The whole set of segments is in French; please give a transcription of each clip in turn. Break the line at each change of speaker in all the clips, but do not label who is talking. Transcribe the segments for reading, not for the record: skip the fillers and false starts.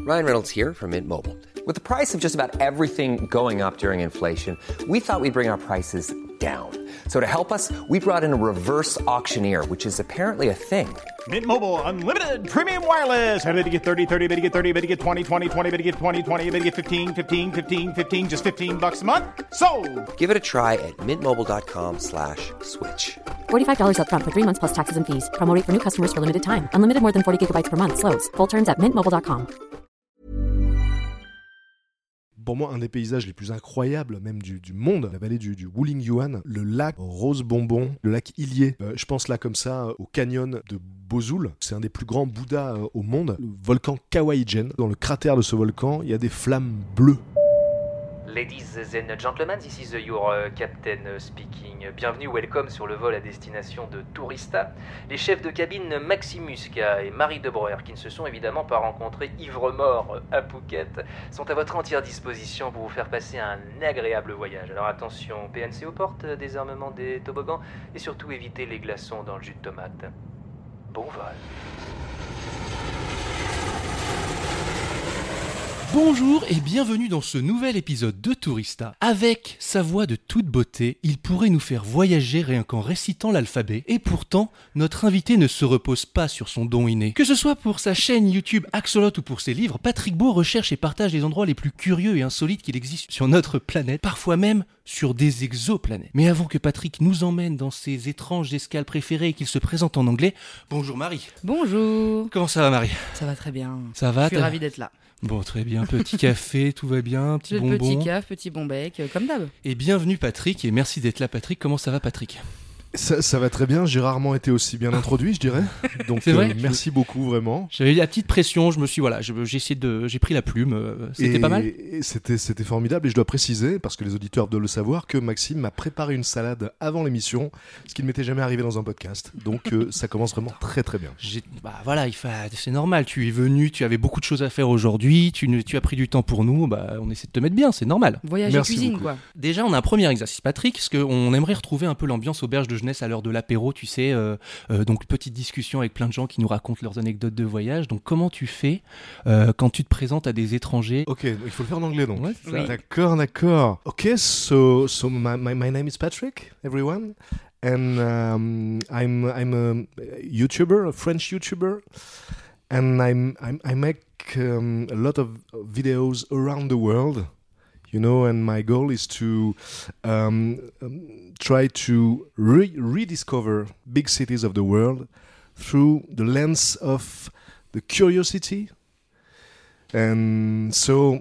Ryan Reynolds here from Mint Mobile. With the price of just about everything going up during inflation, we thought we'd bring our prices down. So to help us, we brought in a reverse auctioneer, which is apparently a thing.
Mint Mobile Unlimited Premium Wireless. How to get 30, 30, bit to get 30, bit to get 20, 20, 20, bit to get 20, 20, bit to get 15, 15, 15, 15, just $15 a month? Sold!
Give it a try at mintmobile.com/switch.
$45 up front for 3 months plus taxes and fees. Promo rate for new customers for limited time. Unlimited more than 40 gigabytes per month. Slows full terms at mintmobile.com.
Pour moi, un des paysages les plus incroyables même du monde, la vallée du Wuling Yuan, le lac Rose Bonbon, le lac Ilié. Je pense là comme ça au canyon de Bozul. C'est un des plus grands Bouddhas au monde. Le volcan Kawaïjen. Dans le cratère de ce volcan, il y a des flammes bleues.
Ladies and gentlemen, this is your captain speaking. Bienvenue, welcome sur le vol à destination de Tourista. Les chefs de cabine Maxime Muscat et Marie Debreuer, qui ne se sont évidemment pas rencontrés ivre-mort à Phuket, sont à votre entière disposition pour vous faire passer un agréable voyage. Alors attention, PNC aux portes, désarmement des toboggans et surtout évitez les glaçons dans le jus de tomate. Bon vol.
Bonjour et bienvenue dans ce nouvel épisode de Tourista. Avec sa voix de toute beauté, il pourrait nous faire voyager rien qu'en récitant l'alphabet. Et pourtant, notre invité ne se repose pas sur son don inné. Que ce soit pour sa chaîne YouTube Axolot ou pour ses livres, Patrick Beau recherche et partage les endroits les plus curieux et insolites qu'il existe sur notre planète, parfois même sur des exoplanètes. Mais avant que Patrick nous emmène dans ses étranges escales préférées et qu'il se présente en anglais, bonjour Marie.
Bonjour.
Comment ça va Marie ?
Ça va très bien.
Ça va ?
Je suis ravie d'être là.
Bon, très bien. Petit café, tout va bien, petit bonbon.
Petit caf, petit bon bec, comme d'hab.
Et bienvenue Patrick, et merci d'être là Patrick. Comment ça va Patrick ?
Ça va très bien, j'ai rarement été aussi bien introduit, je dirais. Donc
c'est vrai,
merci beaucoup, vraiment.
J'avais eu la petite pression, je me suis j'ai pris la plume, c'était pas mal.
Et c'était formidable, et je dois préciser, parce que les auditeurs doivent le savoir, que Maxime m'a préparé une salade avant l'émission, ce qui ne m'était jamais arrivé dans un podcast. Donc ça commence vraiment très très bien.
C'est normal, tu es venu, tu avais beaucoup de choses à faire aujourd'hui, tu as pris du temps pour nous, on essaie de te mettre bien, c'est normal.
Voyage et cuisine beaucoup. Quoi.
Déjà on a un premier exercice Patrick, parce qu'on aimerait retrouver un peu l'ambiance auberge de jeunesse à l'heure de l'apéro, tu sais, donc petite discussion avec plein de gens qui nous racontent leurs anecdotes de voyage. Donc comment tu fais quand tu te présentes à des étrangers ?
Ok, il faut le faire en anglais donc.
Ouais,
oui.
D'accord. Ok, so my name is Patrick, everyone, and I'm a YouTuber, a French YouTuber, and I make a lot of videos around the world. You know, and my goal is to try to rediscover big cities of the world through the lens of the curiosity. And so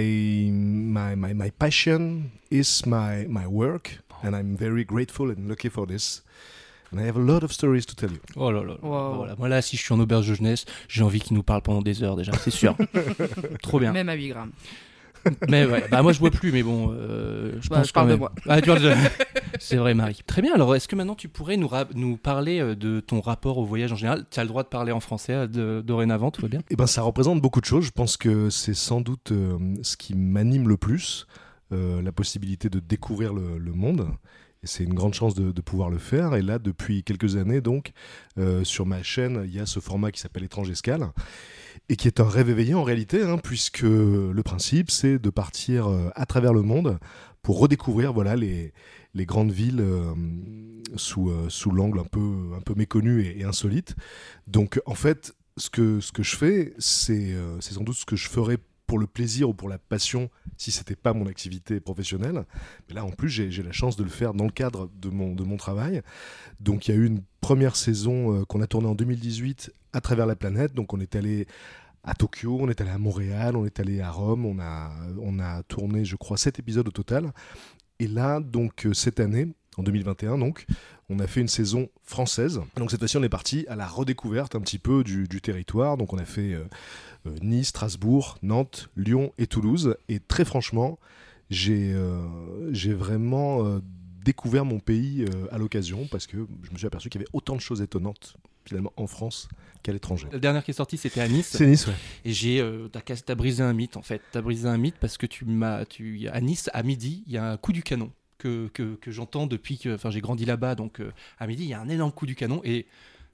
my passion is my work, and I'm very grateful and lucky for this. And I have a lot of stories to tell you.
Oh là là.
Wow.
Voilà. Moi là, si je suis en auberge de jeunesse, j'ai envie qu'il nous parle pendant des heures déjà, c'est sûr. Trop bien.
Même à 8 grammes.
Mais ouais, moi je bois plus, mais bon, je pense
je parle
quand même.
de moi.
Ah, tu parles de... C'est vrai, Marie. Très bien. Alors, est-ce que maintenant tu pourrais nous parler de ton rapport au voyage en général ? Tu as le droit de parler en français dorénavant, tout va bien ?
Eh ben, ça représente beaucoup de choses. Je pense que c'est sans doute ce qui m'anime le plus, la possibilité de découvrir le monde. Et c'est une grande chance de pouvoir le faire. Et là, depuis quelques années, donc, sur ma chaîne, il y a ce format qui s'appelle Étrange Escale, et qui est un rêve éveillé en réalité, puisque le principe, c'est de partir à travers le monde pour redécouvrir les grandes villes sous l'angle un peu méconnu et insolite. Donc, en fait, ce que je fais, c'est sans doute ce que je ferais pour le plaisir ou pour la passion si c'était pas mon activité professionnelle. Mais là, en plus, j'ai la chance de le faire dans le cadre de mon travail. Donc, il y a eu une première saison qu'on a tournée en 2018 à travers la planète. Donc, on est allé à Tokyo, on est allé à Montréal, on est allé à Rome. On a tourné, je crois, 7 épisodes au total. Et là, donc, cette année, en 2021, donc, on a fait une saison française. Donc cette fois-ci, on est parti à la redécouverte un petit peu du territoire. Donc on a fait Nice, Strasbourg, Nantes, Lyon et Toulouse. Et très franchement, j'ai vraiment découvert mon pays à l'occasion, parce que je me suis aperçu qu'il y avait autant de choses étonnantes finalement en France qu'à l'étranger.
La dernière qui est sortie, c'était à Nice.
C'est Nice, ouais.
Et t'as brisé un mythe en fait. T'as brisé un mythe parce que à Nice, à midi, il y a un coup du canon que j'entends depuis que j'ai grandi là-bas. Donc à midi, il y a un énorme coup du canon et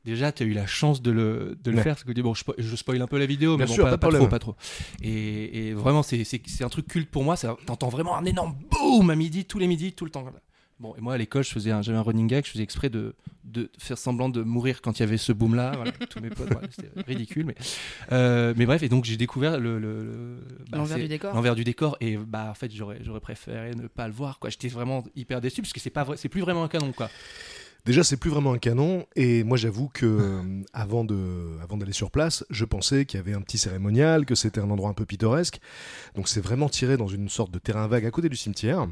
Déjà, tu as eu la chance de le faire. Parce que, bon, je spoil un peu la vidéo, mais
Bien
bon,
sûr,
pas trop. Et vraiment, c'est un truc culte pour moi. T'entends vraiment un énorme boom à midi, tous les midis, tout le temps. Bon, et moi à l'école, j'avais un running gag, je faisais exprès de faire semblant de mourir quand il y avait ce boom-là. Voilà, tous mes potes, voilà, c'était ridicule. Mais bref, et donc j'ai découvert l'envers du décor. Et en fait, j'aurais préféré ne pas le voir, quoi. J'étais vraiment hyper déçu parce que c'est plus vraiment un canon, quoi.
Déjà, c'est plus vraiment un canon, et moi j'avoue que avant d'aller sur place, je pensais qu'il y avait un petit cérémonial, que c'était un endroit un peu pittoresque. Donc c'est vraiment tiré dans une sorte de terrain vague à côté du cimetière.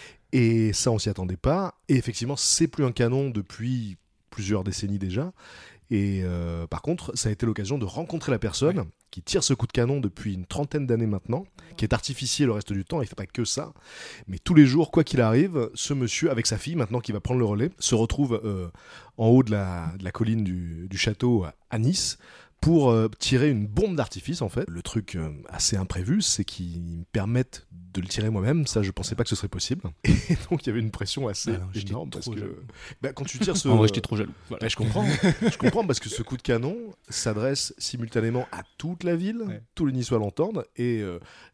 Et ça, on s'y attendait pas. Et effectivement, c'est plus un canon depuis plusieurs décennies déjà. Et par contre, ça a été l'occasion de rencontrer la personne qui tire ce coup de canon depuis une 30aine d'années maintenant, qui est artificier le reste du temps, il ne fait pas que ça. Mais tous les jours, quoi qu'il arrive, ce monsieur, avec sa fille maintenant qui va prendre le relais, se retrouve en haut de la colline du château à Nice, pour tirer une bombe d'artifice en fait. Le truc assez imprévu, c'est qu'ils me permettent de le tirer moi-même. Ça, je pensais pas que ce serait possible. Et donc il y avait une pression assez énorme parce que quand tu tires ce...
En vrai, j'étais trop jaloux. Voilà.
Je comprends parce que ce coup de canon s'adresse simultanément à toute la ville, tous les Niçois l'entendent, et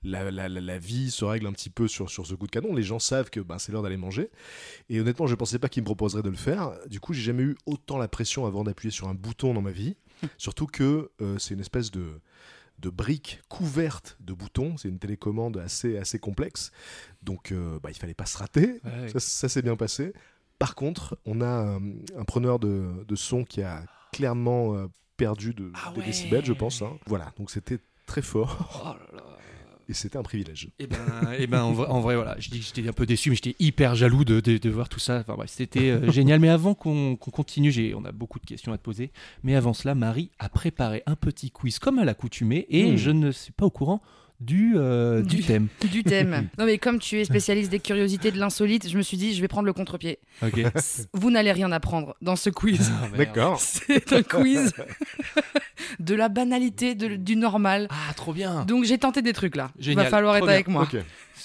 la vie se règle un petit peu sur ce coup de canon. Les gens savent que c'est l'heure d'aller manger. Et honnêtement, je pensais pas qu'ils me proposeraient de le faire. Du coup, j'ai jamais eu autant la pression avant d'appuyer sur un bouton dans ma vie. Surtout que c'est une espèce de brique couverte de boutons. C'est une télécommande assez complexe. Donc il fallait pas se rater. Ça s'est bien passé. Par contre, on a un preneur de son qui a clairement perdu de décibels, je pense. Hein. Voilà, donc c'était très fort.
Oh là là.
Et c'était un privilège.
Et en vrai, voilà, je dis que j'étais un peu déçu, mais j'étais hyper jaloux de voir tout ça. Enfin, bref, c'était génial. Mais avant qu'on continue, on a beaucoup de questions à te poser. Mais avant cela, Marie a préparé un petit quiz comme à l'accoutumée, et je ne suis pas au courant du thème.
Du thème. Non, mais comme tu es spécialiste des curiosités de l'insolite, je me suis dit, je vais prendre le contre-pied.
Ok.
Vous n'allez rien apprendre dans ce quiz.
D'accord.
C'est un quiz de la banalité, du normal.
Ah, trop bien.
Donc j'ai tenté des trucs là.
Génial.
Il va falloir
Trop
être
bien.
avec moi.
Ok.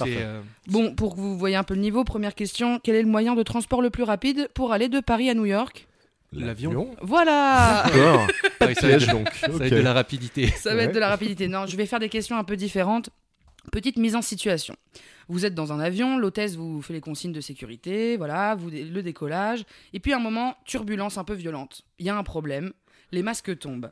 Bon, pour que vous voyez un peu le niveau, première question. Quel est le moyen de transport le plus rapide pour aller de Paris à New York ?
L'avion.
Voilà.
D'accord. Pas de
Ça va
piège
être-
donc.
Ça va être de la rapidité.
Ça va être de la rapidité. Non, je vais faire des questions un peu différentes. Petite mise en situation. Vous êtes dans un avion, l'hôtesse vous fait les consignes de sécurité, voilà, le décollage. Et puis à un moment, turbulence un peu violente. Il y a un problème, les masques tombent.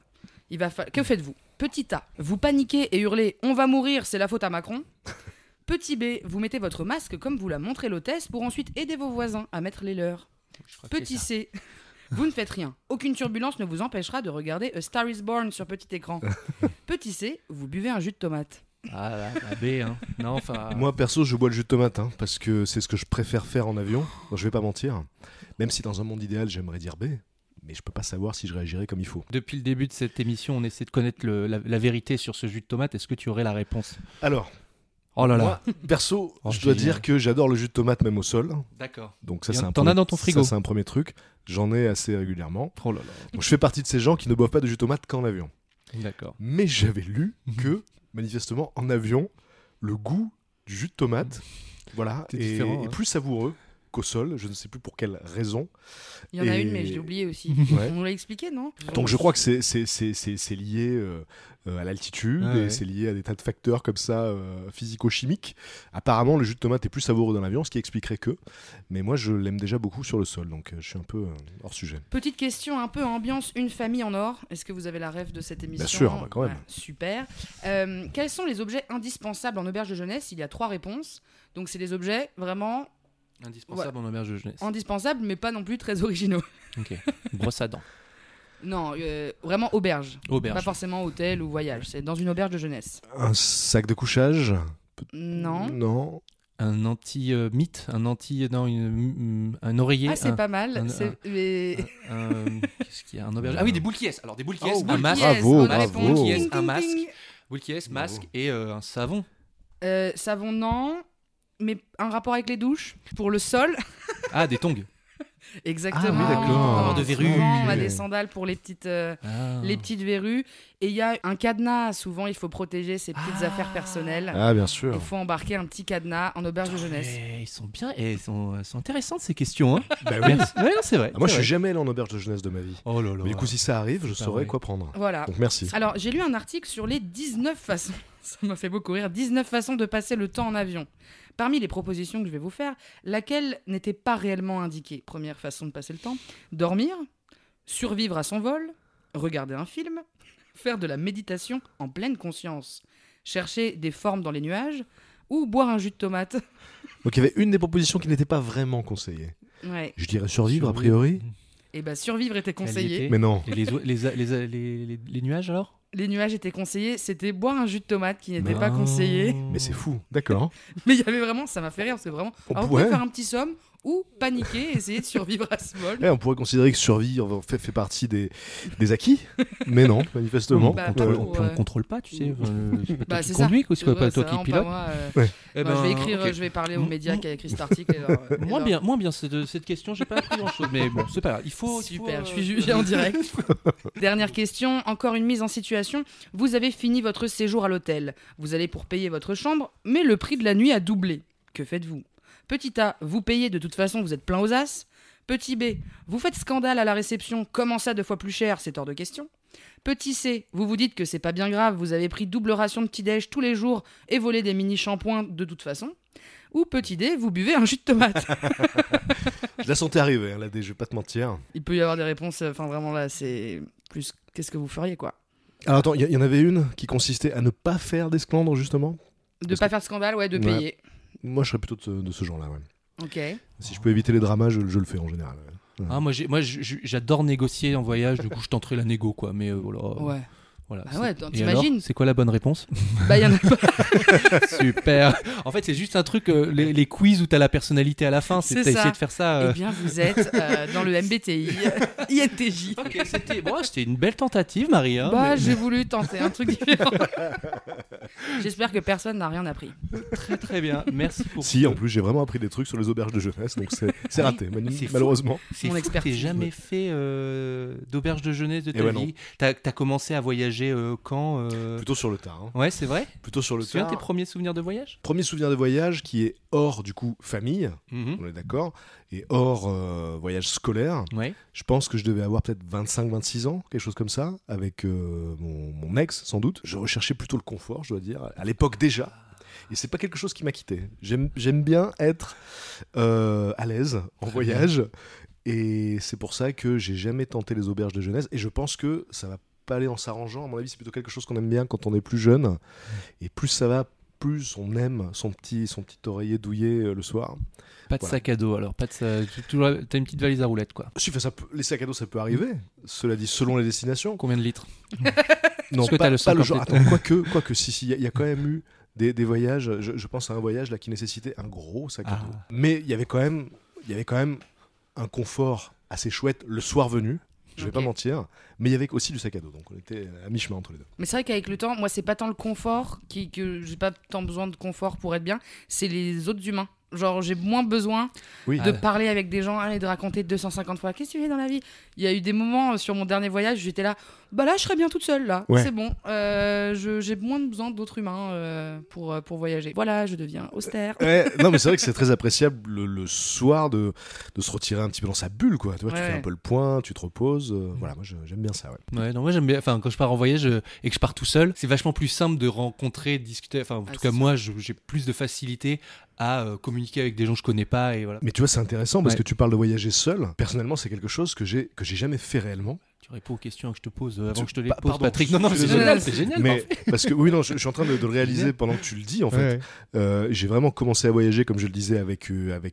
Que faites-vous ? Petit A, vous paniquez et hurlez « On va mourir, c'est la faute à Macron ». Petit B, vous mettez votre masque comme vous l'a montré l'hôtesse pour ensuite aider vos voisins à mettre les leurs. Petit C, vous ne faites rien. Aucune turbulence ne vous empêchera de regarder A Star is Born sur petit écran. Petit C, vous buvez un jus de tomate.
Ah, la B, hein. Non, enfin.
Moi perso, je bois le jus de tomate parce que c'est ce que je préfère faire en avion. Donc, je vais pas mentir. Même si dans un monde idéal, j'aimerais dire B. Mais je peux pas savoir si je réagirais comme il faut.
Depuis le début de cette émission, on essaie de connaître la vérité sur ce jus de tomate. Est-ce que tu aurais la réponse ?
Alors,
Oh là là.
moi, perso,
Oh,
je dois
génial.
dire que j'adore le jus de tomate même au sol.
D'accord.
Donc ça,
T'en as dans ton frigo ?
Ça, c'est un premier truc. J'en ai assez régulièrement.
Oh là là.
Donc je fais partie de ces gens qui ne boivent pas de jus de tomate qu'en avion.
D'accord.
Mais j'avais lu que, manifestement, en avion, le goût du jus de tomate, voilà,
C'est différent,
est
hein.
plus savoureux qu'au sol. Je ne sais plus pour quelle raison.
Il y en a
Et-
une, mais je l'ai oubliée aussi.
Ouais.
On l'a expliqué, non ?
Donc je crois que c'est lié à l'altitude
Ah
et
ouais.
c'est lié à des tas de facteurs comme ça physico-chimiques. Apparemment le jus de tomate est plus savoureux dans l'avion, ce qui expliquerait que. Mais moi je l'aime déjà beaucoup sur le sol, donc je suis un peu hors sujet.
Petite question un peu ambiance Une famille en or. Est-ce que vous avez la rêve de cette émission ?
Bien sûr, bah quand même.
Voilà, super. Quels sont les objets indispensables en auberge de jeunesse ? Il y a 3 réponses. Donc c'est des objets vraiment
Indispensable en auberge de jeunesse.
indispensables, mais pas non plus très originaux.
Ok. Brosse à dents.
Non, vraiment auberge.
Auberge.
Pas forcément hôtel ou voyage. C'est dans une auberge de jeunesse.
Un sac de couchage ?
Non.
Non.
Un anti-mythe, un oreiller.
Ah, c'est pas mal.
un-
mais-
Qu'est-ce qu'il y a Un auberge. Ah oui, des boules qui est. Alors des boules qui est,
Oh,
un
boule
masque,
qui est,
Bravo,
bonne
bravo.
réponse.
Boule qui est,
Ting,
un
ting,
masque,
ting.
boule qui est,
Bravo.
masque et un savon.
Savon, non. Mais un rapport avec les douches ? Pour le sol ?
Ah, des tongs.
Exactement.
Ah oui, d'accord.
Avoir de verrues.
Souvent, on a
Ok.
des sandales pour les petites
Ah.
verrues. Et il y a un cadenas. Souvent, il faut protéger ses petites affaires personnelles.
Ah, bien sûr.
Il faut embarquer un petit cadenas en auberge de jeunesse.
Ils sont bien, elles sont intéressantes ces questions. Hein.
Bah oui.
Merci. Ouais, non, c'est vrai.
Ah, moi, je
c'est
suis
vrai.
jamais allé en auberge de jeunesse de ma vie.
Oh là là.
Mais du coup, si ça arrive, je
C'est pas
saurais
vrai.
quoi prendre.
Voilà.
Donc merci.
Alors, j'ai lu un article sur les 19 façons, ça m'a fait beaucoup rire, 19 façons de passer le temps en avion. Parmi les propositions que je vais vous faire, laquelle n'était pas réellement indiquée? Première façon de passer le temps, dormir, survivre à son vol, regarder un film, faire de la méditation en pleine conscience, chercher des formes dans les nuages ou boire un jus de tomate.
Donc il y avait une des propositions qui n'était pas vraiment conseillée.
Ouais.
Je dirais survivre, a priori.
Et bah survivre était
Elle y
conseillé.
était.
Mais non.
Et les nuages alors?
Les nuages étaient conseillés, c'était boire un jus de tomate qui n'était pas
Non.
conseillé.
Mais c'est fou. D'accord.
Mais il y avait vraiment, ça m'a fait rire parce que vraiment,
On
alors, vous pouvez
pourrait.
faire un petit somme ou paniquer et essayer de survivre à ce vol.
Eh, on pourrait considérer que survivre fait partie des acquis. Mais non, manifestement.
Bah,
On
pas
peut-
pour,
Puis on ne contrôle pas, tu sais. C'est pas toi
Bah,
qui
c'est ça.
conduis, quoi, c'est pas
Ouais,
toi
c'est
qui
vraiment
pilote.
pas moi,
Eh
moi, je
ben,
vais écrire,
ok.
je vais parler aux médias qui a écrit cet article.
Moins bien cette question, j'ai pas appris grand chose, mais bon, c'est pas grave. Il faut.
Super, je suis jugé en direct. Dernière question, encore une mise en situation. Vous avez fini votre séjour à l'hôtel. Vous allez pour payer votre chambre, mais le prix de la nuit a doublé. Que faites-vous? Petit A, vous payez de toute façon, vous êtes plein aux as. Petit B, vous faites scandale à la réception. Comment ça 2 fois plus cher? C'est hors de question. Petit C, vous vous dites que c'est pas bien grave, vous avez pris double ration de petit-déj tous les jours et volé des mini-shampoings de toute façon. Ou petit D, vous buvez un jus de tomate.
Je la sentais arriver, hein, là, je vais pas te mentir.
Il peut y avoir des réponses, enfin vraiment là, c'est plus qu'est-ce que vous feriez quoi?
Alors attends, il y en avait une qui consistait à ne pas faire d'esclandre, justement.
De
Parce
pas
que-
faire de scandale, ouais, de
Ouais.
payer.
Moi, je serais plutôt de ce genre-là. Ouais.
Ok.
Si je peux éviter les dramas, je le fais en général. Ouais.
Ah, moi, j'adore négocier en voyage, du coup, je tenterai la négo, quoi. Mais voilà.
Ouais.
Voilà,
Bah
c'est-
ouais,
Et alors,
t'imagines?
c'est quoi la bonne réponse?
Bah y en a pas.
Super. En fait, c'est juste un truc, les quiz où t'as la personnalité à la fin,
C'est
t'as
ça.
essayé de faire ça.
Eh bien, vous êtes dans le MBTI, INTJ.
Ok, c'était une belle tentative, Marie. Hein,
Bah,
mais-
j'ai voulu tenter un truc différent. J'espère que personne n'a rien appris.
Très très bien. Merci pour.
Si, en plus, j'ai vraiment appris des trucs sur les auberges de jeunesse, donc c'est raté,
C'est fou.
malheureusement.
C'est
Mon
fou que
expertise,
t'aies jamais
ouais.
fait d'auberge de jeunesse de ta
ouais, non.
vie. T'as commencé à voyager quand
Plutôt sur le tard. Hein.
Ouais, c'est vrai.
Plutôt sur
Tu
le
te souviens
tard.
tes premiers souvenirs de voyage?
Premier souvenir de voyage qui est hors, du coup, famille,
Mhm.
on est d'accord, et hors voyage scolaire.
Ouais.
Je pense que je devais avoir peut-être 25-26 ans, quelque chose comme ça, avec mon ex, sans doute. Je recherchais plutôt le confort, je dois dire, à l'époque déjà. Et c'est pas quelque chose qui m'a quitté. J'aime bien être à l'aise en voyage. Et c'est pour ça que j'ai jamais tenté les auberges de jeunesse. Et je pense que ça va pas aller en s'arrangeant. À mon avis, c'est plutôt quelque chose qu'on aime bien quand on est plus jeune. Et plus ça va, plus on aime son petit oreiller douillet le soir.
Pas de
Voilà.
sac à dos alors. Pas de t'as une petite valise à roulettes quoi.
Si, les sacs à dos, ça peut arriver. Cela dit, selon les destinations.
Combien de litres?
Non,
que
pas,
t'as le
pas le
50
genre.
litres.
Attends, quoique, si, il y a quand même eu des voyages. Je pense à un voyage là qui nécessitait un gros sac à
Ah.
dos. Mais il y avait quand même un confort assez chouette le soir venu. Je vais
Ok.
pas mentir, mais il y avait aussi du sac à dos, donc on était à mi-chemin entre les deux.
Mais c'est vrai qu'avec le temps, moi, c'est pas tant le confort que j'ai pas tant besoin de confort pour être bien, c'est les autres humains. Genre, j'ai moins besoin
Oui.
de parler avec des gens et de raconter 250 fois qu'est-ce que tu fais dans la vie. Il y a eu des moments sur mon dernier voyage, j'étais là, bah là, je serais bien toute seule, là.
Ouais.
C'est bon. J'ai moins besoin d'autres humains pour voyager. Voilà, je deviens austère.
Ouais, non, mais c'est vrai que c'est très appréciable le soir de se retirer un petit peu dans sa bulle, quoi. Tu vois, tu
Ouais.
fais un peu le point, tu te reposes. Voilà, moi j'aime bien ça. Ouais.
Ouais, non, moi j'aime bien. Enfin, quand je pars en voyage et que je pars tout seul, c'est vachement plus simple de rencontrer, de discuter. Enfin, en tout
c'est
cas,
sûr.
moi, j'ai plus de facilité à communiquer avec des gens que je connais pas et voilà.
Mais tu vois, c'est intéressant parce
Ouais.
que tu parles de voyager seul. Personnellement, c'est quelque chose que j'ai jamais fait réellement.
Tu réponds aux questions que je te pose avant
Tu-
que je te les
pa-
pose,
pardon,
Patrick.
je
Non, non,
suis
c'est
désolé.
génial, c'est génial.
Mais parce que oui, non, je suis en train de le réaliser pendant que tu le dis en fait. J'ai vraiment commencé à voyager, comme je le disais, avec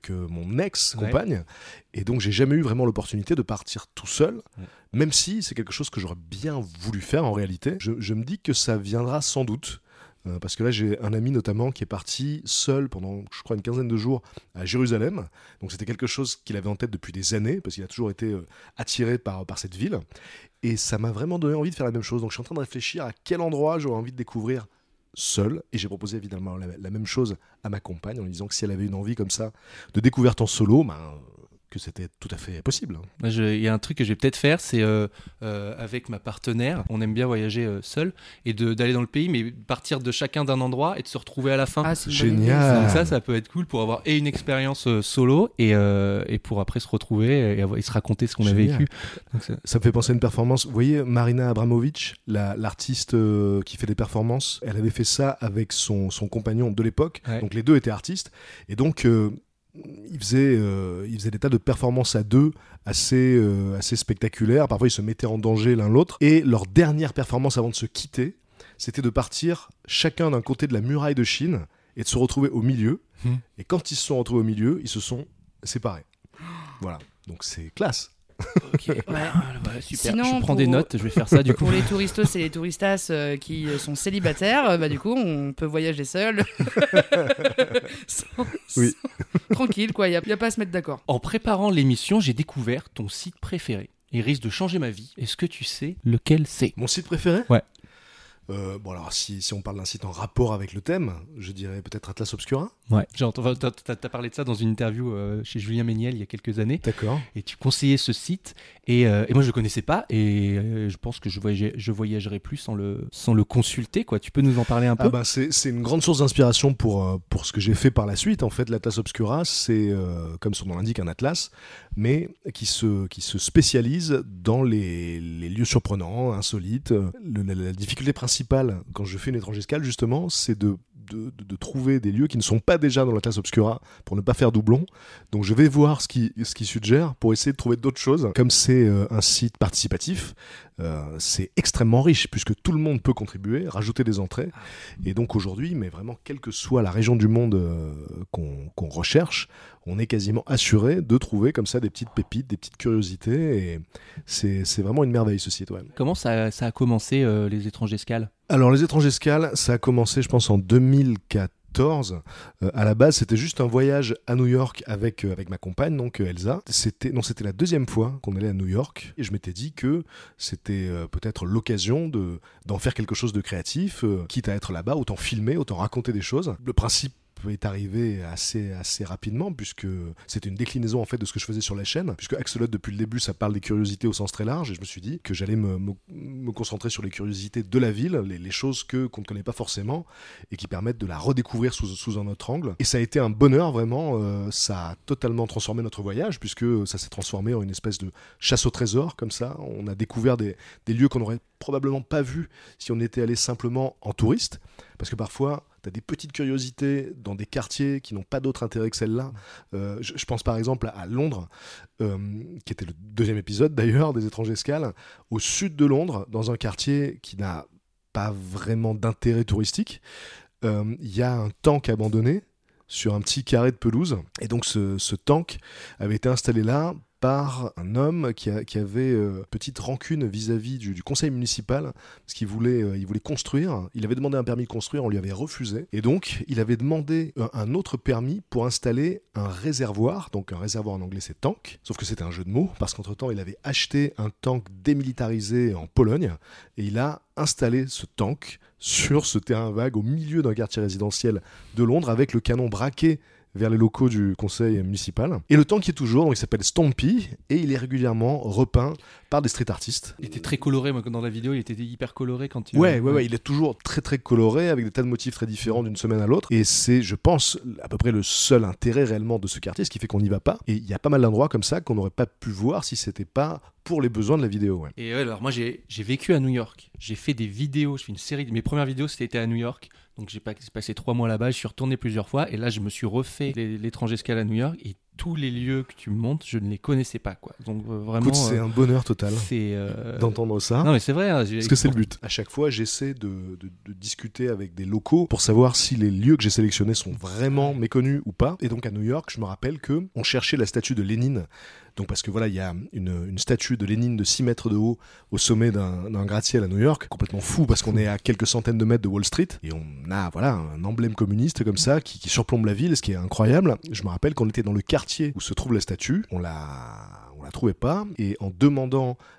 mon ex-compagne. Et donc, j'ai jamais eu vraiment l'opportunité de partir tout seul, même si c'est quelque chose que j'aurais bien voulu faire en réalité. Je me dis que ça viendra sans doute. Parce que là, j'ai un ami notamment qui est parti seul pendant, je crois, une quinzaine de jours à Jérusalem. Donc, c'était quelque chose qu'il avait en tête depuis des années, parce qu'il a toujours été attiré par cette ville. Et ça m'a vraiment donné envie de faire la même chose. Donc, je suis en train de réfléchir à quel endroit j'aurais envie de découvrir seul. Et j'ai proposé évidemment la même chose à ma compagne en lui disant que si elle avait une envie comme ça de découverte en solo, que c'était tout à fait possible.
Moi, il y a un truc que je vais peut-être faire, c'est avec ma partenaire, on aime bien voyager seul et d'aller dans le pays, mais partir de chacun d'un endroit et de se retrouver à la fin.
Ah, c'est une bonne idée,
Génial.
Donc ça peut être cool pour avoir une expérience solo et pour après se retrouver et se raconter ce qu'on a
Génial.
vécu. Donc,
Ça me fait penser à une performance. Vous voyez, Marina Abramovic, l'artiste qui fait des performances, elle avait fait ça avec son compagnon de l'époque.
Ouais.
Donc les deux étaient artistes. Et donc, ils faisaient des tas de performances à deux assez spectaculaires. Parfois, ils se mettaient en danger l'un l'autre. Et leur dernière performance avant de se quitter, c'était de partir chacun d'un côté de la muraille de Chine et de se retrouver au milieu. Et quand ils se sont retrouvés au milieu, ils se sont séparés. Voilà. Donc c'est classe.
ok, voilà, super.
Sinon,
je prends des notes, je vais faire ça du coup.
Pour les touristos et les touristas qui sont célibataires, du coup, on peut voyager seul.
Oui.
Tranquille, quoi, il n'y a pas à se mettre d'accord.
En préparant l'émission, j'ai découvert ton site préféré. Il risque de changer ma vie. Est-ce que tu sais lequel c'est ?
Mon site préféré ?
Ouais.
Bon alors si on parle d'un site en rapport avec le thème, je dirais peut-être Atlas Obscura.
Ouais. T'as parlé de ça dans une interview chez Julien Méniel il y a quelques années.
D'accord.
Et tu conseillais ce site et moi je le connaissais pas et je pense que je voyagerai plus sans le consulter quoi. Tu peux nous en parler un peu ?
C'est une grande source d'inspiration pour ce que j'ai fait par la suite. En fait, l'Atlas Obscura, c'est comme son nom l'indique un atlas, mais qui se spécialise dans les lieux surprenants, insolites. La difficulté principale quand je fais une étrange escale, justement, c'est de trouver des lieux qui ne sont pas déjà dans l'Atlas Obscura pour ne pas faire doublon. Donc je vais voir ce qui suggère pour essayer de trouver d'autres choses. Comme c'est un site participatif, c'est extrêmement riche puisque tout le monde peut contribuer, rajouter des entrées. Et donc aujourd'hui, mais vraiment quelle que soit la région du monde qu'on recherche, on est quasiment assuré de trouver comme ça des petites pépites, des petites curiosités. Et c'est vraiment une merveille ce site. Ouais.
Comment ça a commencé les étranges escales ?
Alors les étranges escales, ça a commencé je pense en 2014. À la base, c'était juste un voyage à New York avec ma compagne, donc Elsa. C'était la deuxième fois qu'on allait à New York et je m'étais dit que c'était peut-être l'occasion d'en faire quelque chose de créatif, quitte à être là-bas, autant filmer, autant raconter des choses. Le principe est arrivé assez rapidement puisque c'était une déclinaison en fait de ce que je faisais sur la chaîne, puisque Axolot depuis le début ça parle des curiosités au sens très large et je me suis dit que j'allais me concentrer sur les curiosités de la ville, les choses qu'on ne connaît pas forcément et qui permettent de la redécouvrir sous un autre angle. Et ça a été un bonheur vraiment, ça a totalement transformé notre voyage puisque ça s'est transformé en une espèce de chasse au trésor comme ça. On a découvert des lieux qu'on n'aurait probablement pas vus si on était allé simplement en touriste, parce que parfois tu as des petites curiosités dans des quartiers qui n'ont pas d'autre intérêt que celle-là. Je pense par exemple à Londres, qui était le deuxième épisode d'ailleurs des étranges escales, au sud de Londres, dans un quartier qui n'a pas vraiment d'intérêt touristique. Il y a un tank abandonné sur un petit carré de pelouse, et donc ce tank avait été installé là par un homme qui avait petite rancune vis-à-vis du conseil municipal, parce qu'il voulait construire. Il avait demandé un permis de construire, on lui avait refusé. Et donc, il avait demandé un autre permis pour installer un réservoir. Donc, un réservoir en anglais, c'est tank. Sauf que c'était un jeu de mots, parce qu'entre-temps, il avait acheté un tank démilitarisé en Pologne, et il a installé ce tank sur ce terrain vague au milieu d'un quartier résidentiel de Londres, avec le canon braqué vers les locaux du conseil municipal. Et le tank qui est toujours, donc il s'appelle Stompy, et il est régulièrement repeint par des street artistes.
Il était très coloré, moi, dans la vidéo, il était hyper coloré quand il...
Ouais, il est toujours très très coloré, avec des tas de motifs très différents d'une semaine à l'autre, et c'est, je pense, à peu près le seul intérêt réellement de ce quartier, ce qui fait qu'on n'y va pas. Et il y a pas mal d'endroits comme ça qu'on n'aurait pas pu voir si c'était pas pour les besoins de la vidéo. Ouais.
Et ouais, alors moi j'ai vécu à New York, j'ai fait des vidéos, je fais une série, mes premières vidéos c'était à New York, donc j'ai passé 3 mois là-bas, je suis retourné plusieurs fois, et là je me suis refait l'étrange escale à New York, et tous les lieux que tu me montres, je ne les connaissais pas, quoi. Donc vraiment...
Écoute, c'est un bonheur total d'entendre ça.
Non mais c'est vrai.
Parce que c'est le but. À chaque fois, j'essaie de discuter avec des locaux pour savoir si les lieux que j'ai sélectionnés sont vraiment méconnus ou pas. Et donc à New York, je me rappelle qu'on cherchait la statue de Lénine. Donc parce que voilà, il y a une statue de Lénine de 6 mètres de haut au sommet d'un gratte-ciel à New York, complètement fou parce qu'on est à quelques centaines de mètres de Wall Street et on a voilà un emblème communiste comme ça qui surplombe la ville, ce qui est incroyable. Je me rappelle qu'on était dans le quartier où se trouve la statue, on la trouvait pas, et en demandant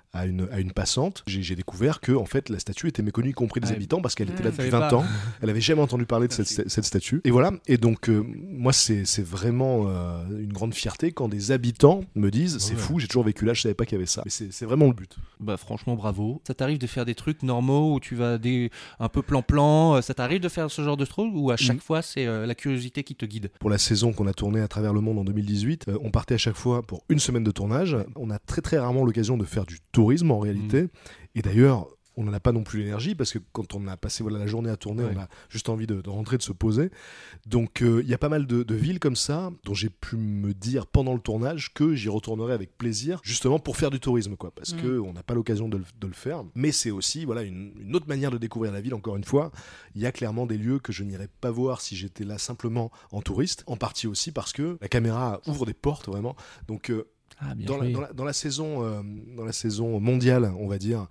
à une passante, j'ai découvert que en fait la statue était méconnue, y compris des habitants, parce qu'elle était là depuis
savais
20
pas.
ans. Elle avait jamais entendu parler de cette statue. Et voilà. Et donc moi c'est vraiment une grande fierté quand des habitants me disent c'est fou, j'ai toujours vécu là, je savais pas qu'il y avait ça. Mais c'est vraiment le but.
Bah franchement bravo. Ça t'arrive de faire des trucs normaux où tu vas un peu plan-plan, ça t'arrive de faire ce genre de truc ou à chaque fois c'est la curiosité qui te guide?
Pour la saison qu'on a tournée à travers le monde en 2018, on partait à chaque fois pour une semaine de tournage. On a très très rarement l'occasion de faire du tourisme en réalité. Et d'ailleurs, on n'en a pas non plus l'énergie parce que quand on a passé la journée à tourner, on a juste envie de rentrer, de se poser. Donc il y a pas mal de villes comme ça dont j'ai pu me dire pendant le tournage que j'y retournerai avec plaisir, justement pour faire du tourisme, quoi, parce qu'on n'a pas l'occasion de le faire. Mais c'est aussi une autre manière de découvrir la ville, encore une fois. Il y a clairement des lieux que je n'irais pas voir si j'étais là simplement en touriste, en partie aussi parce que la caméra ouvre des portes vraiment. Donc dans la saison mondiale, on va dire,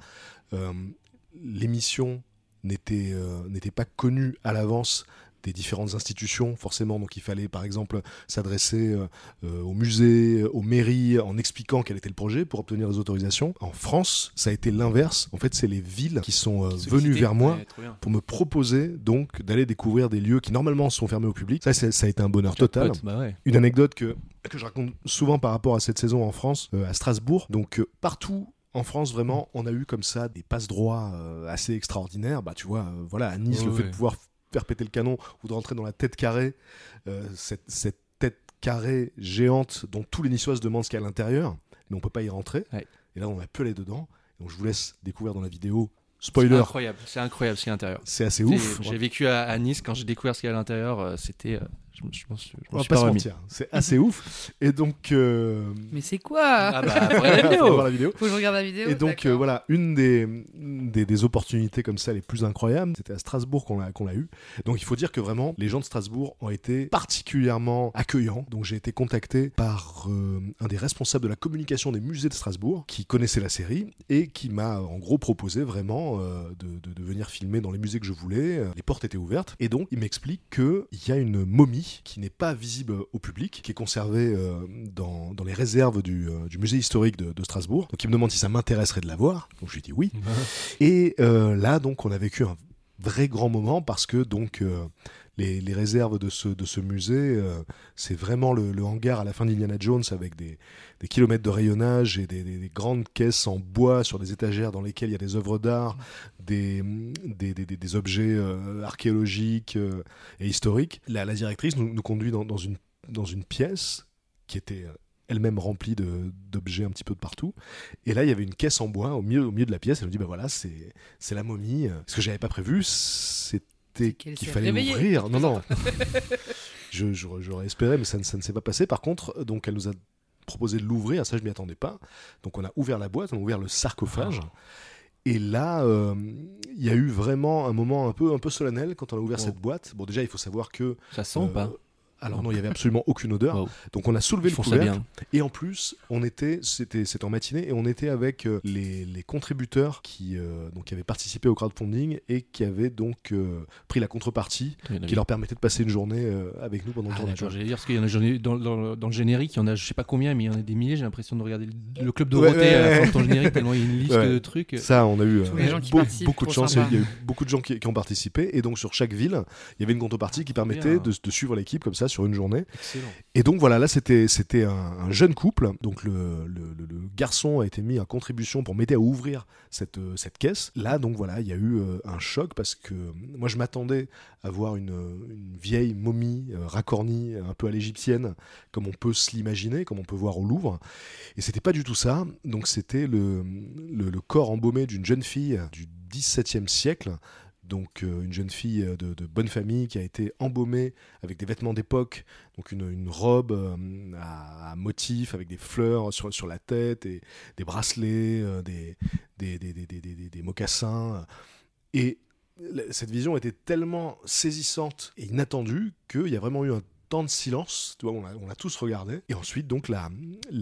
l'émission n'était pas connue à l'avance des différentes institutions forcément, donc il fallait par exemple s'adresser aux musées, aux mairies en expliquant quel était le projet pour obtenir les autorisations. En France, ça a été l'inverse. En fait, c'est les villes qui sont venues vers moi pour me proposer donc d'aller découvrir des lieux qui normalement sont fermés au public. Ça a été un bonheur total. Une anecdote que je raconte souvent par rapport à cette saison en France, à Strasbourg. Donc partout en France, vraiment, on a eu comme ça des passe-droits assez extraordinaires. Bah, tu vois, à Nice, le fait de pouvoir faire péter le canon ou de rentrer dans la tête carrée, cette tête carrée géante dont tous les Niçois se demandent ce qu'il y a à l'intérieur, mais on peut pas y rentrer. Et là, on a pu aller dedans. Donc, je vous laisse découvrir dans la vidéo. Spoiler.
C'est incroyable ce qu'il y a à l'intérieur.
C'est assez ouf.
J'ai vécu à Nice, quand j'ai découvert ce qu'il y a à l'intérieur, c'était...
On va pas se mentir, c'est assez ouf. Et donc
mais c'est quoi?
Ah bah faut
voir la vidéo.
Faut que je regarde la vidéo.
Et donc une des opportunités comme ça les plus incroyables, c'était à Strasbourg qu'on l'a eu. Donc il faut dire que vraiment les gens de Strasbourg ont été particulièrement accueillants. Donc j'ai été contacté par un des responsables de la communication des musées de Strasbourg qui connaissait la série et qui m'a en gros proposé vraiment de venir filmer dans les musées que je voulais. Les portes étaient ouvertes et donc il m'explique qu'il y a une momie qui n'est pas visible au public, qui est conservée dans les réserves du musée historique de Strasbourg. Donc il me demande si ça m'intéresserait de la voir. Donc je lui dis oui. Et là donc on a vécu un vrai grand moment parce que donc les réserves de ce musée, c'est vraiment le hangar à la fin d'Indiana Jones avec des kilomètres de rayonnage et des grandes caisses en bois sur des étagères dans lesquelles il y a des œuvres d'art, des objets archéologiques et historiques. La directrice nous conduit dans une pièce qui était elle-même remplie d'objets un petit peu de partout. Et là, il y avait une caisse en bois au milieu de la pièce. Elle nous dit, voilà, c'est la momie. Ce que j'avais pas prévu, c'était qu'il fallait l'ouvrir. Non. J'aurais espéré, mais ça ne s'est pas passé. Par contre, donc, elle nous a proposé de l'ouvrir. Ça, je m'y attendais pas. Donc, on a ouvert la boîte, on a ouvert le sarcophage. Et là, il y a eu vraiment un moment un peu solennel quand on a ouvert cette boîte. Bon, déjà, il faut savoir que...
Ça sent ou pas ?
Alors non, il n'y avait absolument aucune odeur. Wow. Donc on a soulevé le couvercle. Et en plus, c'était en matinée et on était avec les contributeurs qui avaient participé au crowdfunding et qui avaient donc pris la contrepartie qui leur permettait de passer une journée avec nous pendant le tournage.
J'allais dire, parce qu'il y en a dans le générique, il y en a je sais pas combien, mais il y en a des milliers. J'ai l'impression de regarder le Club Dorothée à la fin de ton générique, tellement il y a une liste de trucs.
Ça, on a eu beaucoup de chance.
Sympa.
Il y a eu beaucoup de gens qui ont participé. Et donc sur chaque ville, il y avait une contrepartie qui permettait de suivre l'équipe comme ça sur une journée.
Excellent.
Et donc voilà, là c'était un jeune couple. Donc le garçon a été mis en contribution pour m'aider à ouvrir cette caisse. Là donc voilà, il y a eu un choc parce que moi je m'attendais à voir une vieille momie racornie un peu à l'égyptienne comme on peut se l'imaginer, comme on peut voir au Louvre. Et c'était pas du tout ça. Donc c'était le corps embaumé d'une jeune fille du XVIIe siècle. Donc une jeune fille de bonne famille qui a été embaumée avec des vêtements d'époque, donc une robe à motifs avec des fleurs sur la tête et des bracelets, des mocassins. Et cette vision était tellement saisissante et inattendue qu'il y a vraiment eu un temps de silence. Tu vois, on a tous regardé. Et ensuite, donc la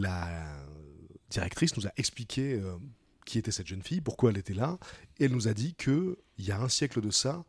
directrice nous a expliqué qui était cette jeune fille, pourquoi elle était là, et elle nous a dit qu'il y a un siècle de ça,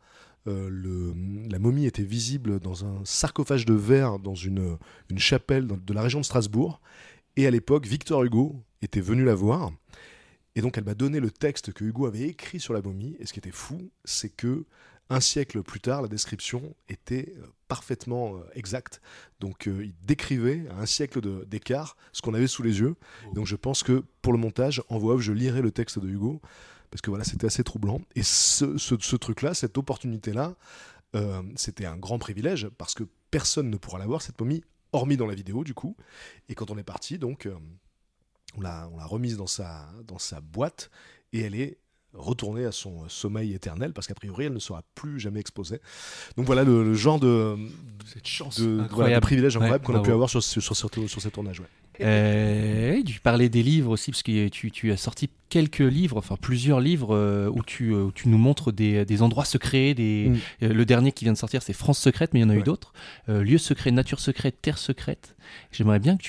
la momie était visible dans un sarcophage de verre dans une chapelle de la région de Strasbourg, et à l'époque, Victor Hugo était venu la voir, Et donc elle m'a donné le texte que Hugo avait écrit sur la momie, et ce qui était fou, c'est que un siècle plus tard, la description était parfaitement exacte. Donc il décrivait à un siècle d'écart ce qu'on avait sous les yeux. Donc je pense que pour le montage, en voix off, je lirai le texte de Hugo, parce que voilà, c'était assez troublant. Et ce truc-là, cette opportunité-là, c'était un grand privilège, parce que personne ne pourra la voir, cette momie, hormis dans la vidéo du coup. Et quand on est parti, donc on l'a remise dans sa boîte, et elle est retournée à son sommeil éternel, parce qu'a priori elle ne sera plus jamais exposée. Donc voilà le genre de
Cette chance
de
incroyable.
privilège incroyable
Ouais,
qu'on a pu
bravo.
avoir sur ces tournages. Ouais.
Tu parlais des livres aussi, parce que tu as sorti quelques livres, enfin plusieurs livres où tu nous montres des endroits secrets. Le dernier qui vient de sortir, c'est France secrète, mais il y en a eu d'autres. Lieux secrets, nature secrète, terre secrète. J'aimerais bien que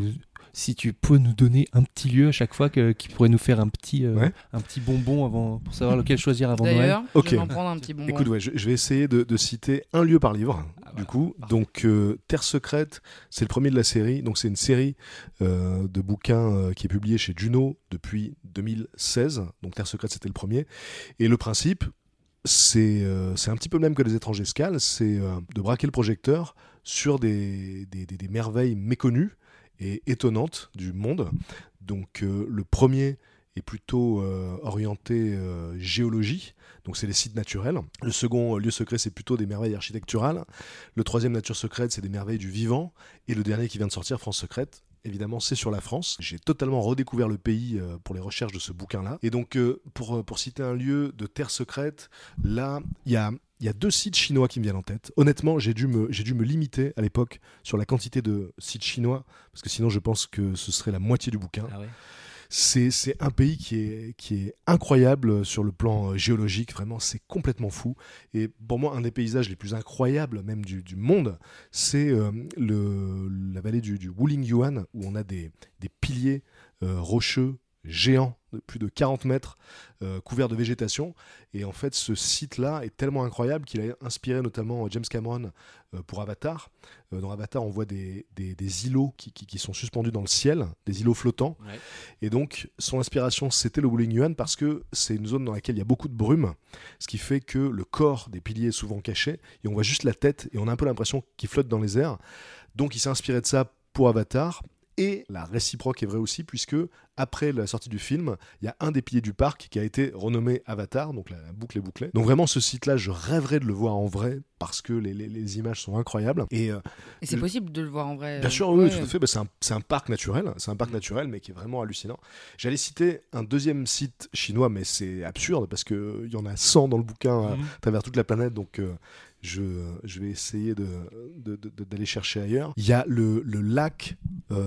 si tu peux nous donner un petit lieu à chaque fois qui pourrait nous faire un petit bonbon pour savoir lequel choisir avant Noël.
D'ailleurs,
Ok.
je vais m'en prendre un petit bonbon.
Écoute, ouais, je vais essayer de citer un lieu par livre, du coup.
parfait.
Donc, Terre secrète, c'est le premier de la série. Donc, c'est une série de bouquins qui est publiée chez Juno depuis 2016. Donc, Terre secrète, c'était le premier. Et le principe, c'est un petit peu le même que Les Étranges Escales, c'est de braquer le projecteur sur des merveilles méconnues et étonnantes du monde. Donc, le premier est plutôt orienté géologie, donc c'est les sites naturels. Le second, lieu secret, c'est plutôt des merveilles architecturales. Le troisième, nature secrète, c'est des merveilles du vivant. Et le dernier qui vient de sortir, France secrète, évidemment, c'est sur la France. J'ai totalement redécouvert le pays pour les recherches de ce bouquin-là. Et donc, pour citer un lieu de terre secrète, là, il y a 2 sites chinois qui me viennent en tête. Honnêtement, j'ai dû me limiter à l'époque sur la quantité de sites chinois, parce que sinon je pense que ce serait la moitié du bouquin.
Ah ouais.
C'est un pays qui est incroyable sur le plan géologique, vraiment c'est complètement fou. Et pour moi, un des paysages les plus incroyables même du monde, c'est la vallée du Wulingyuan, où on a des piliers rocheux géants de plus de 40 mètres couverts de végétation. Et en fait, ce site-là est tellement incroyable qu'il a inspiré notamment James Cameron pour Avatar. Dans Avatar, on voit des îlots qui sont suspendus dans le ciel, des îlots flottants.
Ouais.
Et donc, son inspiration, c'était le Wulingyuan, parce que c'est une zone dans laquelle il y a beaucoup de brume, ce qui fait que le corps des piliers est souvent caché, et on voit juste la tête, et on a un peu l'impression qu'il flotte dans les airs. Donc, il s'est inspiré de ça pour Avatar. Et la réciproque est vraie aussi, puisque après la sortie du film, il y a un des piliers du parc qui a été renommé Avatar, donc la boucle est bouclée. Donc vraiment, ce site-là, je rêverais de le voir en vrai, parce que les images sont incroyables. Et
c'est possible de le voir en vrai.
bien sûr, oui, tout à fait. Bah, c'est un parc naturel, naturel, mais qui est vraiment hallucinant. J'allais citer un deuxième site chinois, mais c'est absurde, parce qu'il y en a 100 dans le bouquin à travers toute la planète, donc je vais essayer d'aller chercher ailleurs. Il y a le lac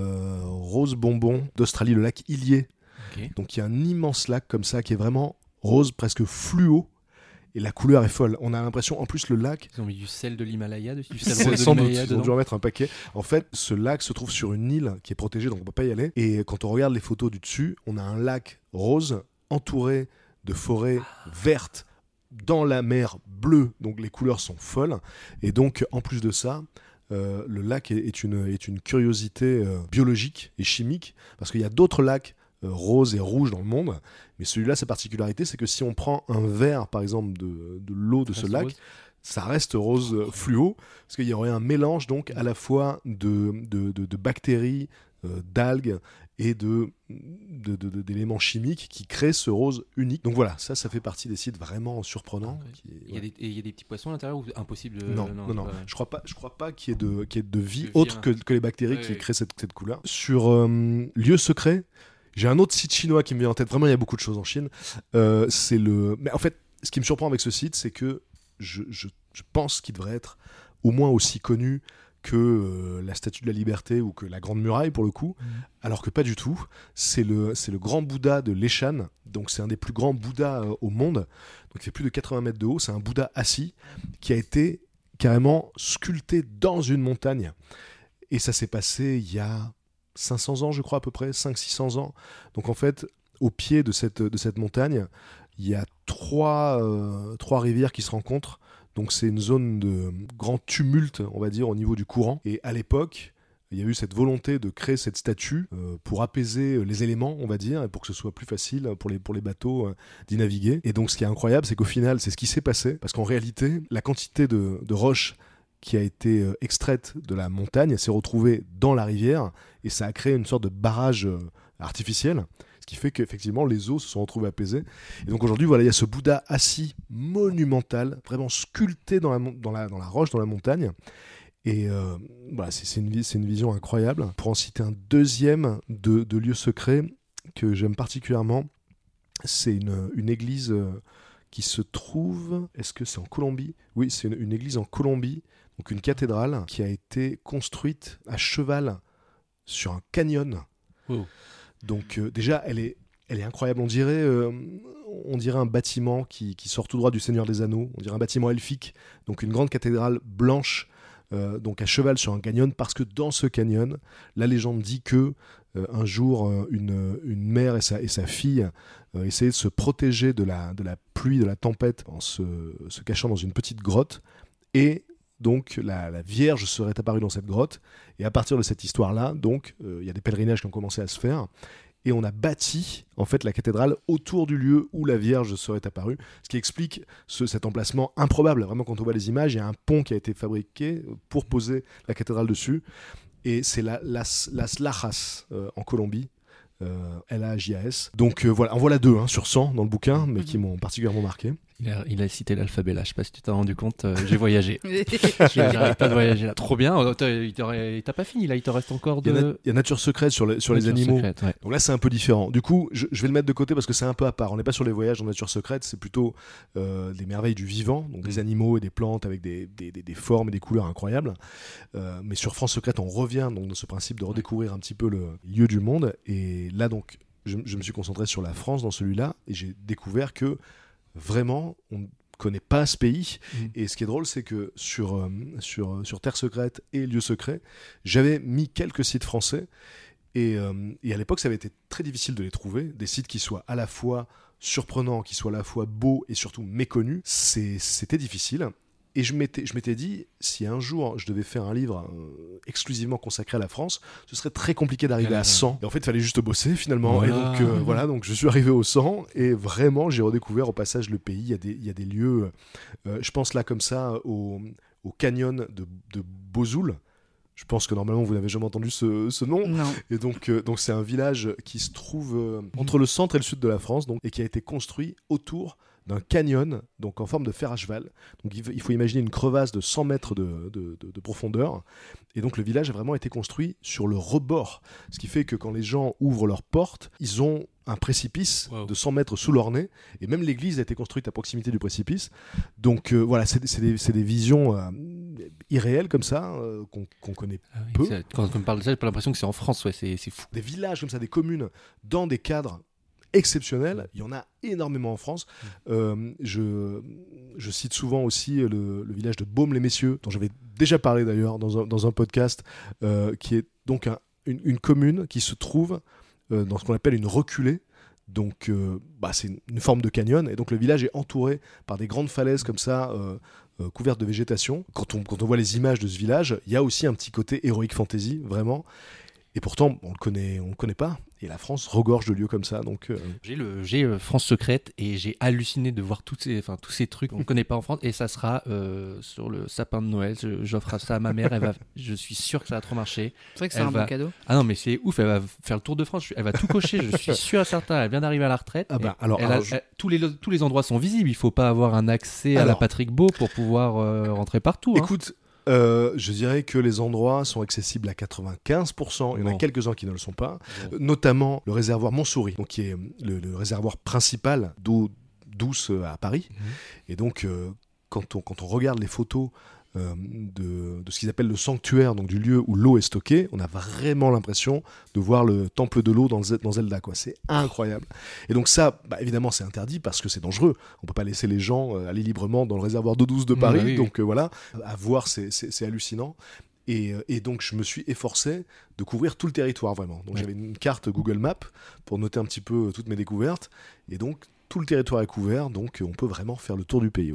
rose bonbon d'Australie, le lac Ilié.
Ok.
Donc il y a un immense lac comme ça qui est vraiment rose, presque fluo, et la couleur est folle. On a l'impression, en plus le lac,
Ils ont mis du sel de l'Himalaya dessus, du sel
c'est
rose de
sans doute,
l'Himalaya
ils ont dû
dedans.
en mettre un paquet. En fait, ce lac se trouve sur une île qui est protégée, donc on peut pas y aller. Et quand on regarde les photos du dessus, on a un lac rose entouré de forêts vertes dans la mer bleue, donc les couleurs sont folles. Et donc, en plus de ça, le lac est une curiosité biologique et chimique, parce qu'il y a d'autres lacs roses et rouges dans le monde, mais celui-là, sa particularité, c'est que si on prend un verre, par exemple, de l'eau de ce
Reste
lac,
rose.
ça reste rose fluo, parce qu'il y aurait un mélange donc à la fois de bactéries, d'algues et d'éléments chimiques qui créent ce rose unique. Donc voilà, ça fait partie des sites vraiment surprenants.
Il y a des petits poissons à l'intérieur ou impossible de...
Non.
pas-
Je crois pas qu'il y ait de vie
De vie,
autre
hein.
que les bactéries
Ouais,
qui
ouais.
créent cette couleur. Sur lieu secret, j'ai un autre site chinois qui me vient en tête. Vraiment, il y a beaucoup de choses en Chine. Mais en fait, ce qui me surprend avec ce site, c'est que je pense qu'il devrait être au moins aussi connu que la Statue de la Liberté ou que la Grande Muraille pour le coup, alors que pas du tout. C'est le grand Bouddha de Leshan, donc c'est un des plus grands Bouddhas au monde, donc il fait plus de 80 mètres de haut, c'est un Bouddha assis qui a été carrément sculpté dans une montagne. Et ça s'est passé il y a 500 ans je crois à peu près, 500-600 ans. Donc en fait, au pied de cette montagne, il y a trois rivières qui se rencontrent. Donc c'est une zone de grand tumulte, on va dire, au niveau du courant. Et à l'époque, il y a eu cette volonté de créer cette statue pour apaiser les éléments, on va dire, et pour que ce soit plus facile pour les bateaux d'y naviguer. Et donc ce qui est incroyable, c'est qu'au final, c'est ce qui s'est passé, parce qu'en réalité, la quantité de roches qui a été extraite de la montagne, elle s'est retrouvée dans la rivière, et ça a créé une sorte de barrage artificiel, ce qui fait qu'effectivement les eaux se sont retrouvées apaisées. Et donc aujourd'hui, voilà, il y a ce Bouddha assis monumental, vraiment sculpté dans la roche, dans la montagne. Et voilà, c'est une vision incroyable. Pour en citer un deuxième de lieu secret que j'aime particulièrement, c'est une église qui se trouve... Est-ce que c'est en Colombie ? Oui, c'est une église en Colombie, donc une cathédrale qui a été construite à cheval sur un canyon. Oh. Donc déjà, elle est incroyable. On dirait un bâtiment qui sort tout droit du Seigneur des Anneaux. On dirait un bâtiment elfique. Donc une grande cathédrale blanche, donc à cheval sur un canyon, parce que dans ce canyon, la légende dit que un jour, une mère et sa fille essayaient de se protéger de la pluie, de la tempête, en se cachant dans une petite grotte. Et donc la Vierge serait apparue dans cette grotte. Et à partir de cette histoire-là, donc il y a des pèlerinages qui ont commencé à se faire. Et on a bâti en fait la cathédrale autour du lieu où la Vierge serait apparue, ce qui explique cet emplacement improbable. Vraiment, quand on voit les images, il y a un pont qui a été fabriqué pour poser la cathédrale dessus. Et c'est Las Lajas en Colombie, L-A-J-A-S. Donc voilà, en voilà 2 sur 100 dans le bouquin, mais qui m'ont particulièrement marqué.
Il a cité l'alphabet là, je sais pas si tu t'es rendu compte, j'ai voyagé. J'arrête pas de voyager là. Trop bien, t'as pas fini là, il te reste encore de...
Il y a Nature secrète sur les animaux. Secrète, ouais. Donc là c'est un peu différent. Du coup, je vais le mettre de côté parce que c'est un peu à part. On n'est pas sur les voyages en nature secrète, c'est plutôt des merveilles du vivant, donc des animaux et des plantes avec des formes et des couleurs incroyables. Mais sur France secrète, on revient donc dans ce principe de redécouvrir un petit peu le lieu du monde. Et là donc, je me suis concentré sur la France dans celui-là et j'ai découvert que vraiment, on ne connaît pas ce pays. Et ce qui est drôle, c'est que sur Terre secrète et Lieux secrets, j'avais mis quelques sites français. Et à l'époque, ça avait été très difficile de les trouver. Des sites qui soient à la fois surprenants, qui soient à la fois beaux et surtout méconnus. C'était difficile. Et je m'étais dit, si un jour je devais faire un livre exclusivement consacré à la France, ce serait très compliqué d'arriver à 100. Et en fait, il fallait juste bosser finalement. Voilà. Et donc, donc je suis arrivé au 100 et vraiment, j'ai redécouvert au passage le pays. Il y a des lieux, je pense là comme ça, au canyon de Bozoul. Je pense que normalement, vous n'avez jamais entendu ce nom.
Non.
Et donc c'est un village qui se trouve entre le centre et le sud de la France, donc, et qui a été construit autour d'un canyon, donc en forme de fer à cheval. Donc il faut imaginer une crevasse de 100 mètres de profondeur. Et donc le village a vraiment été construit sur le rebord. Ce qui fait que quand les gens ouvrent leurs portes, ils ont un précipice de 100 mètres sous leur nez. Et même l'église a été construite à proximité du précipice. Donc voilà, c'est des visions irréelles comme ça, qu'on connaît peu.
Quand on me parle de ça, j'ai pas l'impression que c'est en France. Ouais, c'est fou.
Des villages comme ça, des communes, dans des cadres exceptionnel, il y en a énormément en France. Je cite souvent aussi le village de Baume-les-Messieurs, dont j'avais déjà parlé d'ailleurs dans un podcast, qui est donc une commune qui se trouve dans ce qu'on appelle une reculée. Donc c'est une forme de canyon, et donc le village est entouré par des grandes falaises comme ça, couvertes de végétation. Quand on voit les images de ce village, il y a aussi un petit côté héroïque fantasy, vraiment. Et pourtant, on le connaît pas. Et la France regorge de lieux comme ça. Donc,
J'ai France secrète et j'ai halluciné de voir tous ces trucs qu'on ne connaît pas en France. Et ça sera sur le sapin de Noël. J'offre ça à ma mère. Je suis sûr que ça va trop marcher.
C'est vrai que c'est un bon cadeau.
Ah non, mais c'est ouf. Elle va faire le tour de France. Elle va tout cocher. Je suis sûr et certain. Elle vient d'arriver à la retraite. Tous les endroits sont visibles. Il ne faut pas avoir un accès à la Patrick Beau pour pouvoir rentrer partout.
Écoute, je dirais que les endroits sont accessibles à 95%. Il y en a quelques-uns qui ne le sont pas. Notamment le réservoir Montsouris, donc qui est le réservoir principal d'eau douce à Paris. Et donc, quand on regarde les photos de ce qu'ils appellent le sanctuaire, donc du lieu où l'eau est stockée, on a vraiment l'impression de voir le temple de l'eau dans Zelda, quoi. C'est incroyable. Et donc ça, évidemment, c'est interdit parce que c'est dangereux. On peut pas laisser les gens aller librement dans le réservoir d'eau douce de Paris. Donc voilà, à voir, c'est hallucinant. Et donc je me suis efforcé de couvrir tout le territoire, vraiment. Donc j'avais une carte Google Maps pour noter un petit peu toutes mes découvertes. Et donc tout le territoire est couvert, donc on peut vraiment faire le tour du pays. Ouais.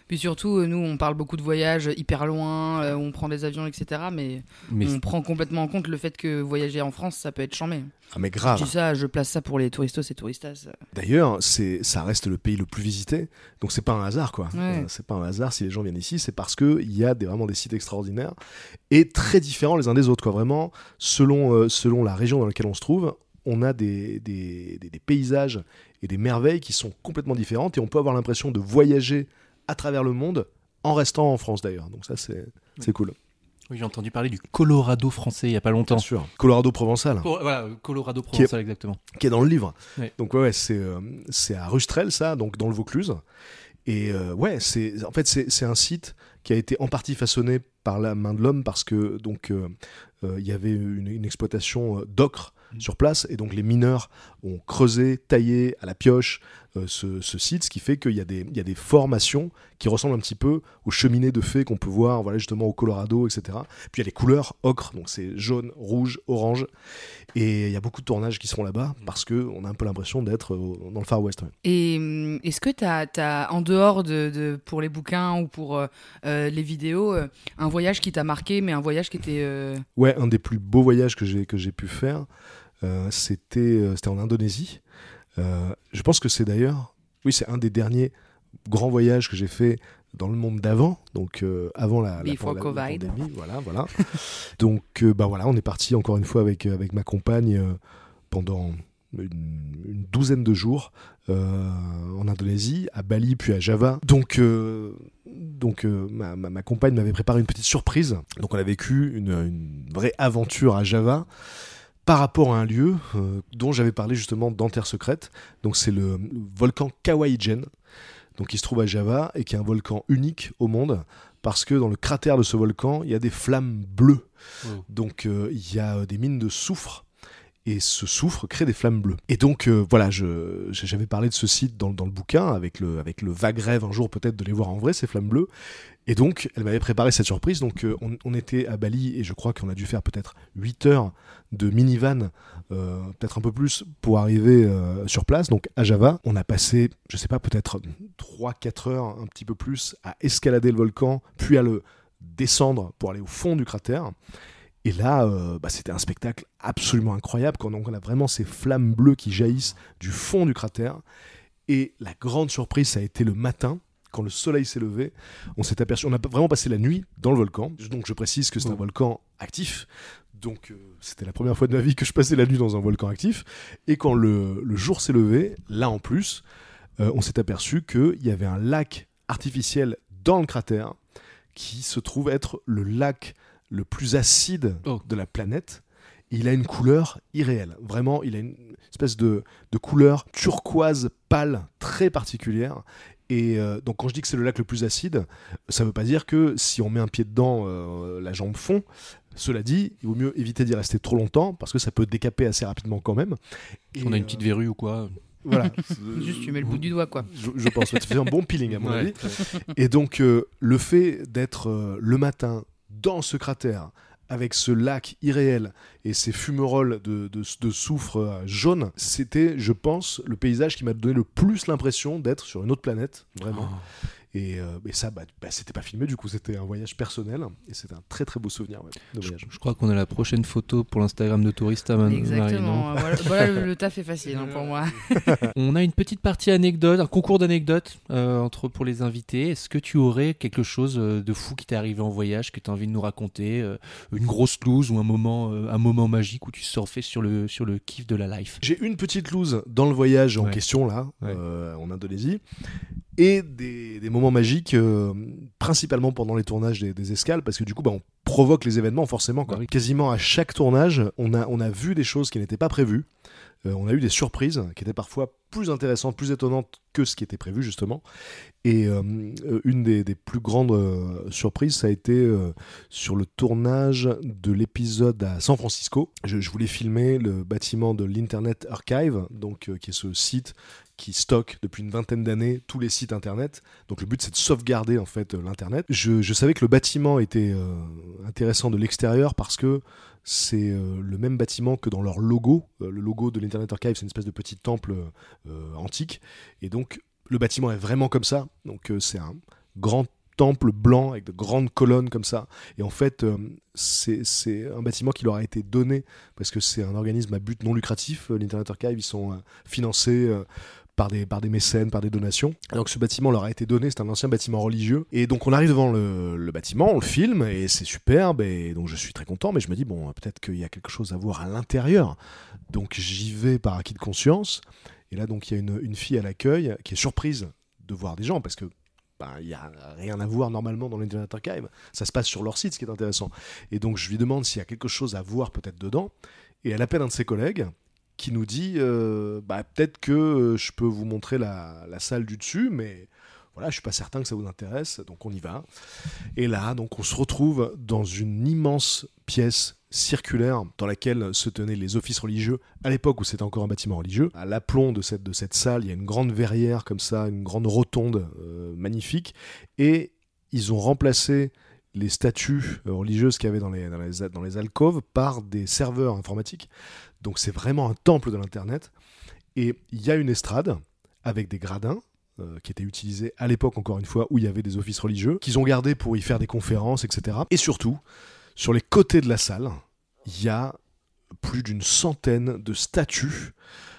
Puis surtout, nous, on parle beaucoup de voyages hyper loin, on prend des avions, etc. Mais on prend complètement en compte le fait que voyager en France, ça peut être chambé.
Ah mais grave.
Je dis ça, je place ça pour les touristos et touristas.
D'ailleurs, ça reste le pays le plus visité, donc c'est pas un hasard quoi.
Ouais.
C'est pas un hasard si les gens viennent ici, c'est parce que il y a vraiment des sites extraordinaires et très différents les uns des autres quoi. Vraiment, selon la région dans laquelle on se trouve, on a des paysages et des merveilles qui sont complètement différentes et on peut avoir l'impression de voyager à travers le monde en restant en France d'ailleurs. Donc ça c'est cool.
Oui, j'ai entendu parler du Colorado français il n'y a pas longtemps.
Bien sûr. Colorado provençal.
Voilà, Colorado provençal, exactement.
Qui est dans le livre.
Ouais.
Donc c'est à Rustrel, ça, donc dans le Vaucluse. Et c'est un site qui a été en partie façonné par la main de l'homme parce que donc il y avait une exploitation d'ocre sur place et donc les mineurs ont creusé, taillé à la pioche ce site, ce qui fait qu'il y a des formations qui ressemblent un petit peu aux cheminées de fées qu'on peut voir voilà, justement au Colorado, etc. Puis il y a les couleurs ocre, donc c'est jaune, rouge, orange. Et il y a beaucoup de tournages qui seront là-bas parce qu'on a un peu l'impression d'être dans le Far West. Ouais.
Et est-ce que t'as en dehors pour les bouquins ou pour les vidéos, un voyage qui t'a marqué, mais un voyage qui était...
Ouais, un des plus beaux voyages que j'ai pu faire, c'était en Indonésie. Je pense que c'est d'ailleurs... Oui, c'est un des derniers grands voyages que j'ai fait dans le monde d'avant, donc avant la pandémie. Voilà. Donc on est parti encore une fois avec ma compagne pendant une douzaine de jours en Indonésie, à Bali puis à Java. Donc ma compagne m'avait préparé une petite surprise. Donc on a vécu une vraie aventure à Java par rapport à un lieu dont j'avais parlé justement dans Terre Secrète. Donc c'est le volcan Kawaïjen, donc qui se trouve à Java et qui est un volcan unique au monde parce que dans le cratère de ce volcan, il y a des flammes bleues. Donc il y a des mines de soufre. Et ce soufre crée des flammes bleues. Et donc, j'avais parlé de ce site dans le bouquin, avec le vague rêve un jour peut-être de les voir en vrai, ces flammes bleues. Et donc, elle m'avait préparé cette surprise. Donc, on était à Bali et je crois qu'on a dû faire peut-être 8 heures de minivan, peut-être un peu plus, pour arriver sur place. Donc, à Java, on a passé, je sais pas, peut-être 3-4 heures, un petit peu plus, à escalader le volcan, puis à le descendre pour aller au fond du cratère. Et là, c'était un spectacle absolument incroyable quand on a vraiment ces flammes bleues qui jaillissent du fond du cratère. Et la grande surprise, ça a été le matin, quand le soleil s'est levé. On s'est aperçu, on a vraiment passé la nuit dans le volcan. Donc je précise que c'est un volcan actif. Donc c'était la première fois de ma vie que je passais la nuit dans un volcan actif. Et quand le jour s'est levé, là en plus, on s'est aperçu qu'il y avait un lac artificiel dans le cratère qui se trouve être le lac le plus acide de la planète. Et il a une couleur irréelle. Vraiment, il a une espèce de couleur turquoise pâle très particulière. Et donc quand je dis que c'est le lac le plus acide, ça ne veut pas dire que si on met un pied dedans, la jambe fond. Cela dit, il vaut mieux éviter d'y rester trop longtemps parce que ça peut décaper assez rapidement quand même.
Et on a une petite verrue ou quoi.
Voilà. Juste tu mets le bout du doigt quoi.
Je pense que tu fais un bon peeling à mon avis. Et donc le fait d'être le matin dans ce cratère avec ce lac irréel et ces fumerolles de soufre jaune, c'était, je pense, le paysage qui m'a donné le plus l'impression d'être sur une autre planète, vraiment. Et ça, c'était pas filmé, du coup, c'était un voyage personnel. Et c'était un très très beau souvenir de voyage.
Je crois qu'on a la prochaine photo pour l'Instagram de Tourista.
Exactement. Voilà, le taf est facile pour moi.
On a une petite partie anecdote, un concours d'anecdotes pour les invités. Est-ce que tu aurais quelque chose de fou qui t'est arrivé en voyage, que tu as envie de nous raconter, une grosse loose ou un moment magique où tu surfais sur le kiff de la life?
J'ai une petite loose dans le voyage en question, là, en Indonésie. Et des moments magiques, principalement pendant les tournages des escales, parce que du coup, on provoque les événements forcément. Quoi. Quasiment à chaque tournage, on a vu des choses qui n'étaient pas prévues. On a eu des surprises qui étaient parfois plus intéressantes, plus étonnantes que ce qui était prévu justement. Et une des plus grandes surprises, ça a été sur le tournage de l'épisode à San Francisco. Je voulais filmer le bâtiment de l'Internet Archive, donc qui est ce site qui stocke depuis une vingtaine d'années tous les sites internet. Donc le but, c'est de sauvegarder en fait l'internet. Je savais que le bâtiment était intéressant de l'extérieur parce que c'est le même bâtiment que dans leur logo. Le logo de l'Internet Archive, c'est une espèce de petit temple antique. Et donc le bâtiment est vraiment comme ça. Donc c'est un grand temple blanc avec de grandes colonnes comme ça. Et en fait, c'est un bâtiment qui leur a été donné parce que c'est un organisme à but non lucratif. L'Internet Archive, ils sont financés par des mécènes, par des donations. Donc ce bâtiment leur a été donné, c'est un ancien bâtiment religieux. Et donc on arrive devant le bâtiment, on le filme, et c'est superbe, et donc je suis très content, mais je me dis, bon, peut-être qu'il y a quelque chose à voir à l'intérieur. Donc j'y vais par acquis de conscience, et là donc il y a une fille à l'accueil qui est surprise de voir des gens, parce que il n'y a rien à voir normalement dans l'Internet Archive, ça se passe sur leur site, ce qui est intéressant. Et donc je lui demande s'il y a quelque chose à voir peut-être dedans, et elle appelle un de ses collègues, qui nous dit peut-être que je peux vous montrer la salle du dessus, mais voilà, je suis pas certain que ça vous intéresse, donc on y va. Et là, donc on se retrouve dans une immense pièce circulaire dans laquelle se tenaient les offices religieux, à l'époque où c'était encore un bâtiment religieux. À l'aplomb de cette salle, il y a une grande verrière comme ça, une grande rotonde magnifique, et ils ont remplacé les statues religieuses qu'il y avait dans les alcôves par des serveurs informatiques. Donc c'est vraiment un temple de l'internet. Et il y a une estrade avec des gradins qui étaient utilisés à l'époque, encore une fois, où il y avait des offices religieux, qu'ils ont gardés pour y faire des conférences, etc. Et surtout, sur les côtés de la salle, il y a plus d'une centaine de statues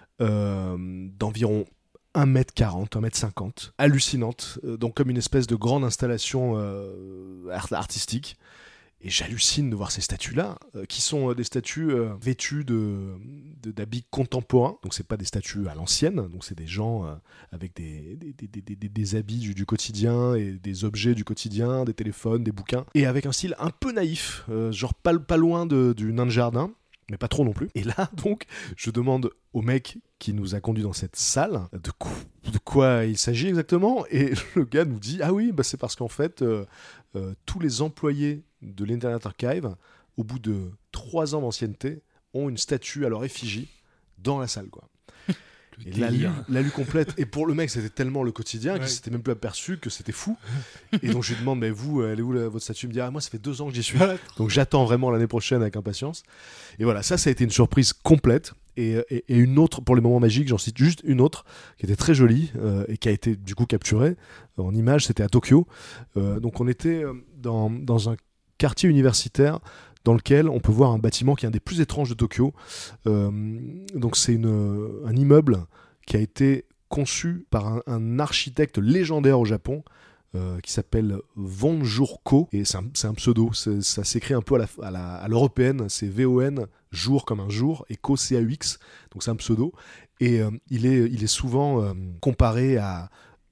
d'environ 1m40, 1m50, hallucinantes, donc comme une espèce de grande installation artistique. Et j'hallucine de voir ces statues-là, qui sont des statues vêtues d'habits contemporains. Donc c'est pas des statues à l'ancienne, donc c'est des gens avec des habits du quotidien et des objets du quotidien, des téléphones, des bouquins, et avec un style un peu naïf, genre pas loin du nain de jardin, mais pas trop non plus. Et là, donc, je demande au mec qui nous a conduits dans cette salle de quoi il s'agit exactement, et le gars nous dit « Ah oui, c'est parce qu'en fait, tous les employés de l'Internet Archive, au bout de 3 ans d'ancienneté, ont une statue à leur effigie dans la salle, quoi. » Et la lu complète. Et pour le mec, c'était tellement le quotidien qu'il s'était même plus aperçu que c'était fou. Et donc je lui demande, mais vous, elle est où votre statue? Il me dit, moi ça fait 2 ans que j'y suis. Donc j'attends vraiment l'année prochaine avec impatience. Et voilà, ça a été une surprise complète. Et une autre, pour les moments magiques, j'en cite juste une autre, qui était très jolie et qui a été du coup capturée en image, c'était à Tokyo. Donc on était dans un quartier universitaire dans lequel on peut voir un bâtiment qui est un des plus étranges de Tokyo. Donc c'est un immeuble qui a été conçu par un architecte légendaire au Japon qui s'appelle Vonjurko, et c'est un pseudo, ça s'écrit un peu à l'européenne, c'est V-O-N, jour comme un jour, et Ko C-A-U-X, donc c'est un pseudo, et il est souvent comparé à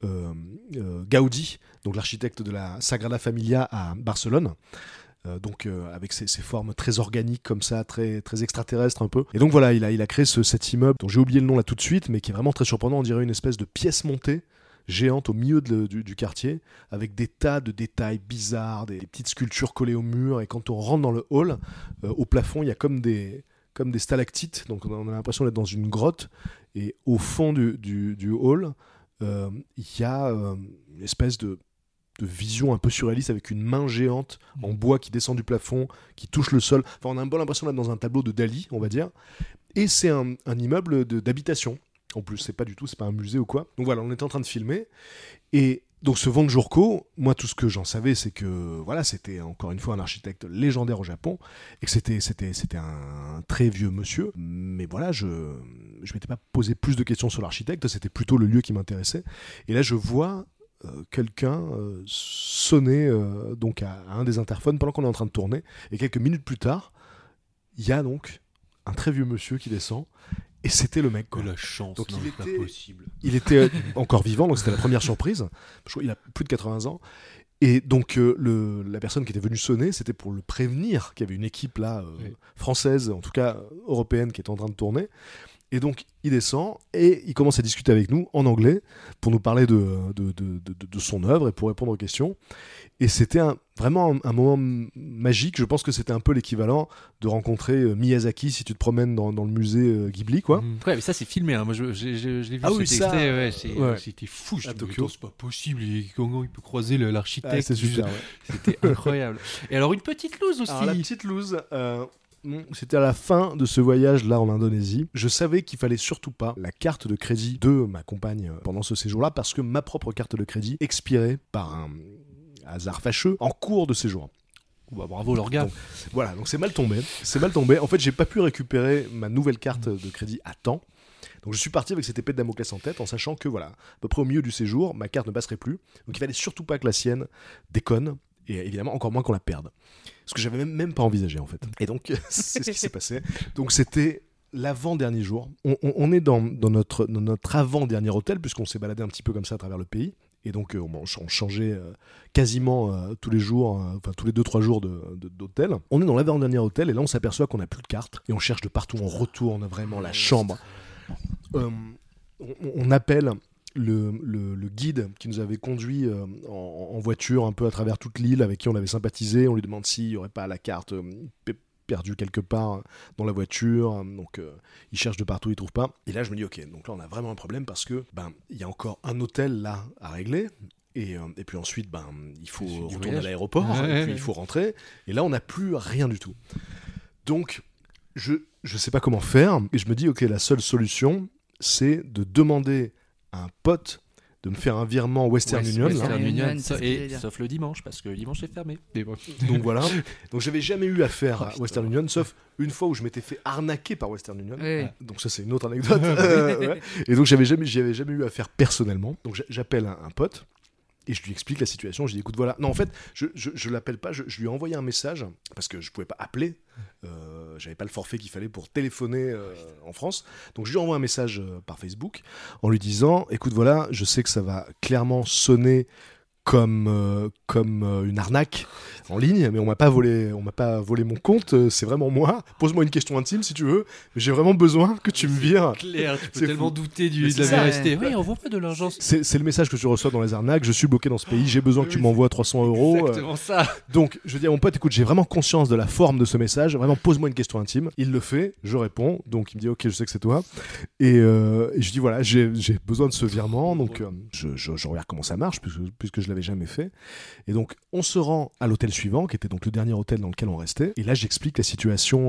Gaudi, donc l'architecte de la Sagrada Familia à Barcelone. Donc avec ces formes très organiques comme ça, très, très extraterrestres un peu. Et donc voilà, il a créé cet immeuble dont j'ai oublié le nom là tout de suite, mais qui est vraiment très surprenant. On dirait une espèce de pièce montée géante au milieu du quartier, avec des tas de détails bizarres, des petites sculptures collées au mur. Et quand on rentre dans le hall, au plafond, il y a comme des stalactites. Donc on a l'impression d'être dans une grotte. Et au fond du hall, il y a une espèce de vision un peu surréaliste avec une main géante en bois qui descend du plafond, qui touche le sol. Enfin, on a un peu l'impression d'être dans un tableau de Dali, on va dire. Et c'est un immeuble d'habitation. En plus, c'est pas un musée ou quoi. Donc voilà, on était en train de filmer. Et donc ce Vonjurko, moi tout ce que j'en savais, c'est que voilà, c'était encore une fois un architecte légendaire au Japon, et que c'était un très vieux monsieur. Mais voilà, je m'étais pas posé plus de questions sur l'architecte, c'était plutôt le lieu qui m'intéressait. Et là, je vois quelqu'un sonner donc à un des interphones pendant qu'on est en train de tourner, et quelques minutes plus tard, il y a donc un très vieux monsieur qui descend, et c'était le mec, quoi.
La chance,
donc
non, c'est pas possible.
Il était encore vivant, donc c'était la première surprise. Je crois qu'il a plus de 80 ans. Et donc la personne qui était venue sonner, c'était pour le prévenir qu'il y avait une équipe là française, en tout cas européenne, qui était en train de tourner. Et donc il descend et il commence à discuter avec nous en anglais pour nous parler de son œuvre et pour répondre aux questions. Et c'était vraiment un moment magique. Je pense que c'était un peu l'équivalent de rencontrer Miyazaki si tu te promènes dans le musée Ghibli, quoi.
Ouais, mais ça c'est filmé, hein. Moi je l'ai vu,
ah oui,
cet extrait, c'était fou.
À Tokyo,
c'est pas possible. Comment il peut croiser l'architecte?
C'est super,
C'était incroyable. Et alors une petite loose aussi.
Alors la petite loose, C'était à la fin de ce voyage-là en Indonésie. Je savais qu'il fallait surtout pas la carte de crédit de ma compagne pendant ce séjour-là parce que ma propre carte de crédit expirait par un hasard fâcheux en cours de séjour.
Bah, bravo l'organe.
Donc c'est mal tombé. En fait, j'ai pas pu récupérer ma nouvelle carte de crédit à temps. Donc je suis parti avec cette épée de Damoclès en tête en sachant que voilà, à peu près au milieu du séjour, ma carte ne passerait plus. Donc il fallait surtout pas que la sienne déconne et évidemment encore moins qu'on la perde. Ce que j'avais même pas envisagé en fait. Et donc c'est ce qui s'est passé. Donc c'était l'avant-dernier jour. On est dans notre avant-dernier hôtel puisqu'on s'est baladé un petit peu comme ça à travers le pays. Et donc on changeait quasiment tous les jours, enfin tous les 2-3 jours d'hôtel. On est dans l'avant-dernier hôtel et là on s'aperçoit qu'on n'a plus de carte. Et on cherche de partout, on retourne vraiment la chambre. On appelle le guide qui nous avait conduit en voiture un peu à travers toute l'île, avec qui on avait sympathisé. On lui demande s'il n'y aurait pas la carte perdue quelque part dans la voiture. Donc il cherche de partout, il ne trouve pas. Et là je me dis ok, donc là on a vraiment un problème parce que il y a encore un hôtel là à régler. Et puis ensuite, il faut retourner à l'aéroport, et puis il faut rentrer. Et là, on n'a plus rien du tout. Donc, je ne sais pas comment faire. Et je me dis, ok, la seule solution, c'est de demander à un pote de me faire un virement Western Union.
Western Union,
et
sauf le dimanche, parce que le dimanche c'est fermé.
Donc voilà. Donc j'avais jamais eu affaire à Western Union, sauf une fois où je m'étais fait arnaquer par Western Union.
Oui.
Donc ça c'est une autre anecdote. Ouais. Et donc j'y avais jamais eu affaire personnellement. Donc j'appelle un pote. Et je lui explique la situation, je lui dis écoute voilà, non en fait je l'appelle pas, je lui ai envoyé un message parce que je pouvais pas appeler, j'avais pas le forfait qu'il fallait pour téléphoner en France, donc je lui envoie un message par Facebook en lui disant écoute voilà, je sais que ça va clairement sonner comme une arnaque en ligne, mais on m'a pas volé mon compte, c'est vraiment moi. Pose-moi une question intime si tu veux, mais j'ai vraiment besoin que tu me vires.
Clair, tu peux tellement douter de la vérité. Oui, on voit pas de l'argent.
C'est le message que tu reçois dans les arnaques. Je suis bloqué dans ce pays, j'ai besoin que tu m'envoies 300 €.
Exactement ça.
Donc je dis à mon pote écoute, j'ai vraiment conscience de la forme de ce message. Vraiment, pose-moi une question intime. Il le fait, je réponds. Donc il me dit ok, je sais que c'est toi. Et je dis voilà, j'ai besoin de ce virement. Donc je regarde comment ça marche puisque je l'avais jamais fait. Et donc on se rend à l'hôtel suivant, qui était donc le dernier hôtel dans lequel on restait. Et là j'explique la situation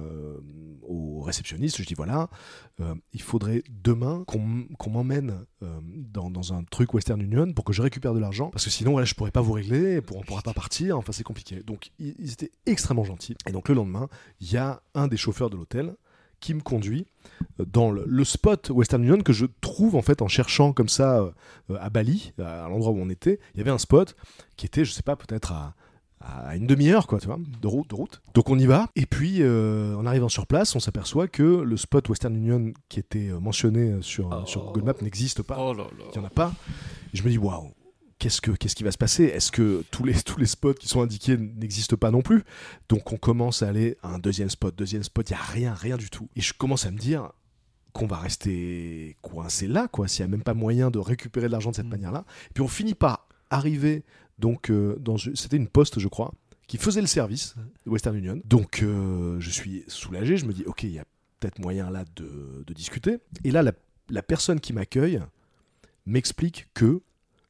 au réceptionniste. Je dis voilà, il faudrait demain qu'on m'emmène dans un truc Western Union pour que je récupère de l'argent, parce que sinon voilà, je pourrais pas vous régler, on pourra pas partir, enfin c'est compliqué. Donc ils étaient extrêmement gentils. Et donc le lendemain, il y a un des chauffeurs de l'hôtel qui me conduit dans le spot Western Union que je trouve en fait en cherchant comme ça à Bali, à l'endroit où on était. Il y avait un spot qui était, je sais pas, peut-être à une demi-heure quoi, tu vois, de route. Donc on y va, et puis en arrivant sur place, on s'aperçoit que le spot Western Union qui était mentionné sur Google Maps n'existe pas.
Oh là là.
Il y en a pas. Et je me dis waouh. Qu'est-ce qui va se passer ? Est-ce que tous les spots qui sont indiqués n'existent pas non plus ? Donc on commence à aller à un deuxième spot, il n'y a rien du tout. Et je commence à me dire qu'on va rester coincé là, quoi, s'il n'y a même pas moyen de récupérer de l'argent de cette manière-là. Et puis on finit par arriver, donc c'était une poste, je crois, qui faisait le service de Western Union. Donc je suis soulagé, je me dis ok, il y a peut-être moyen là de discuter. Et là, la personne qui m'accueille m'explique que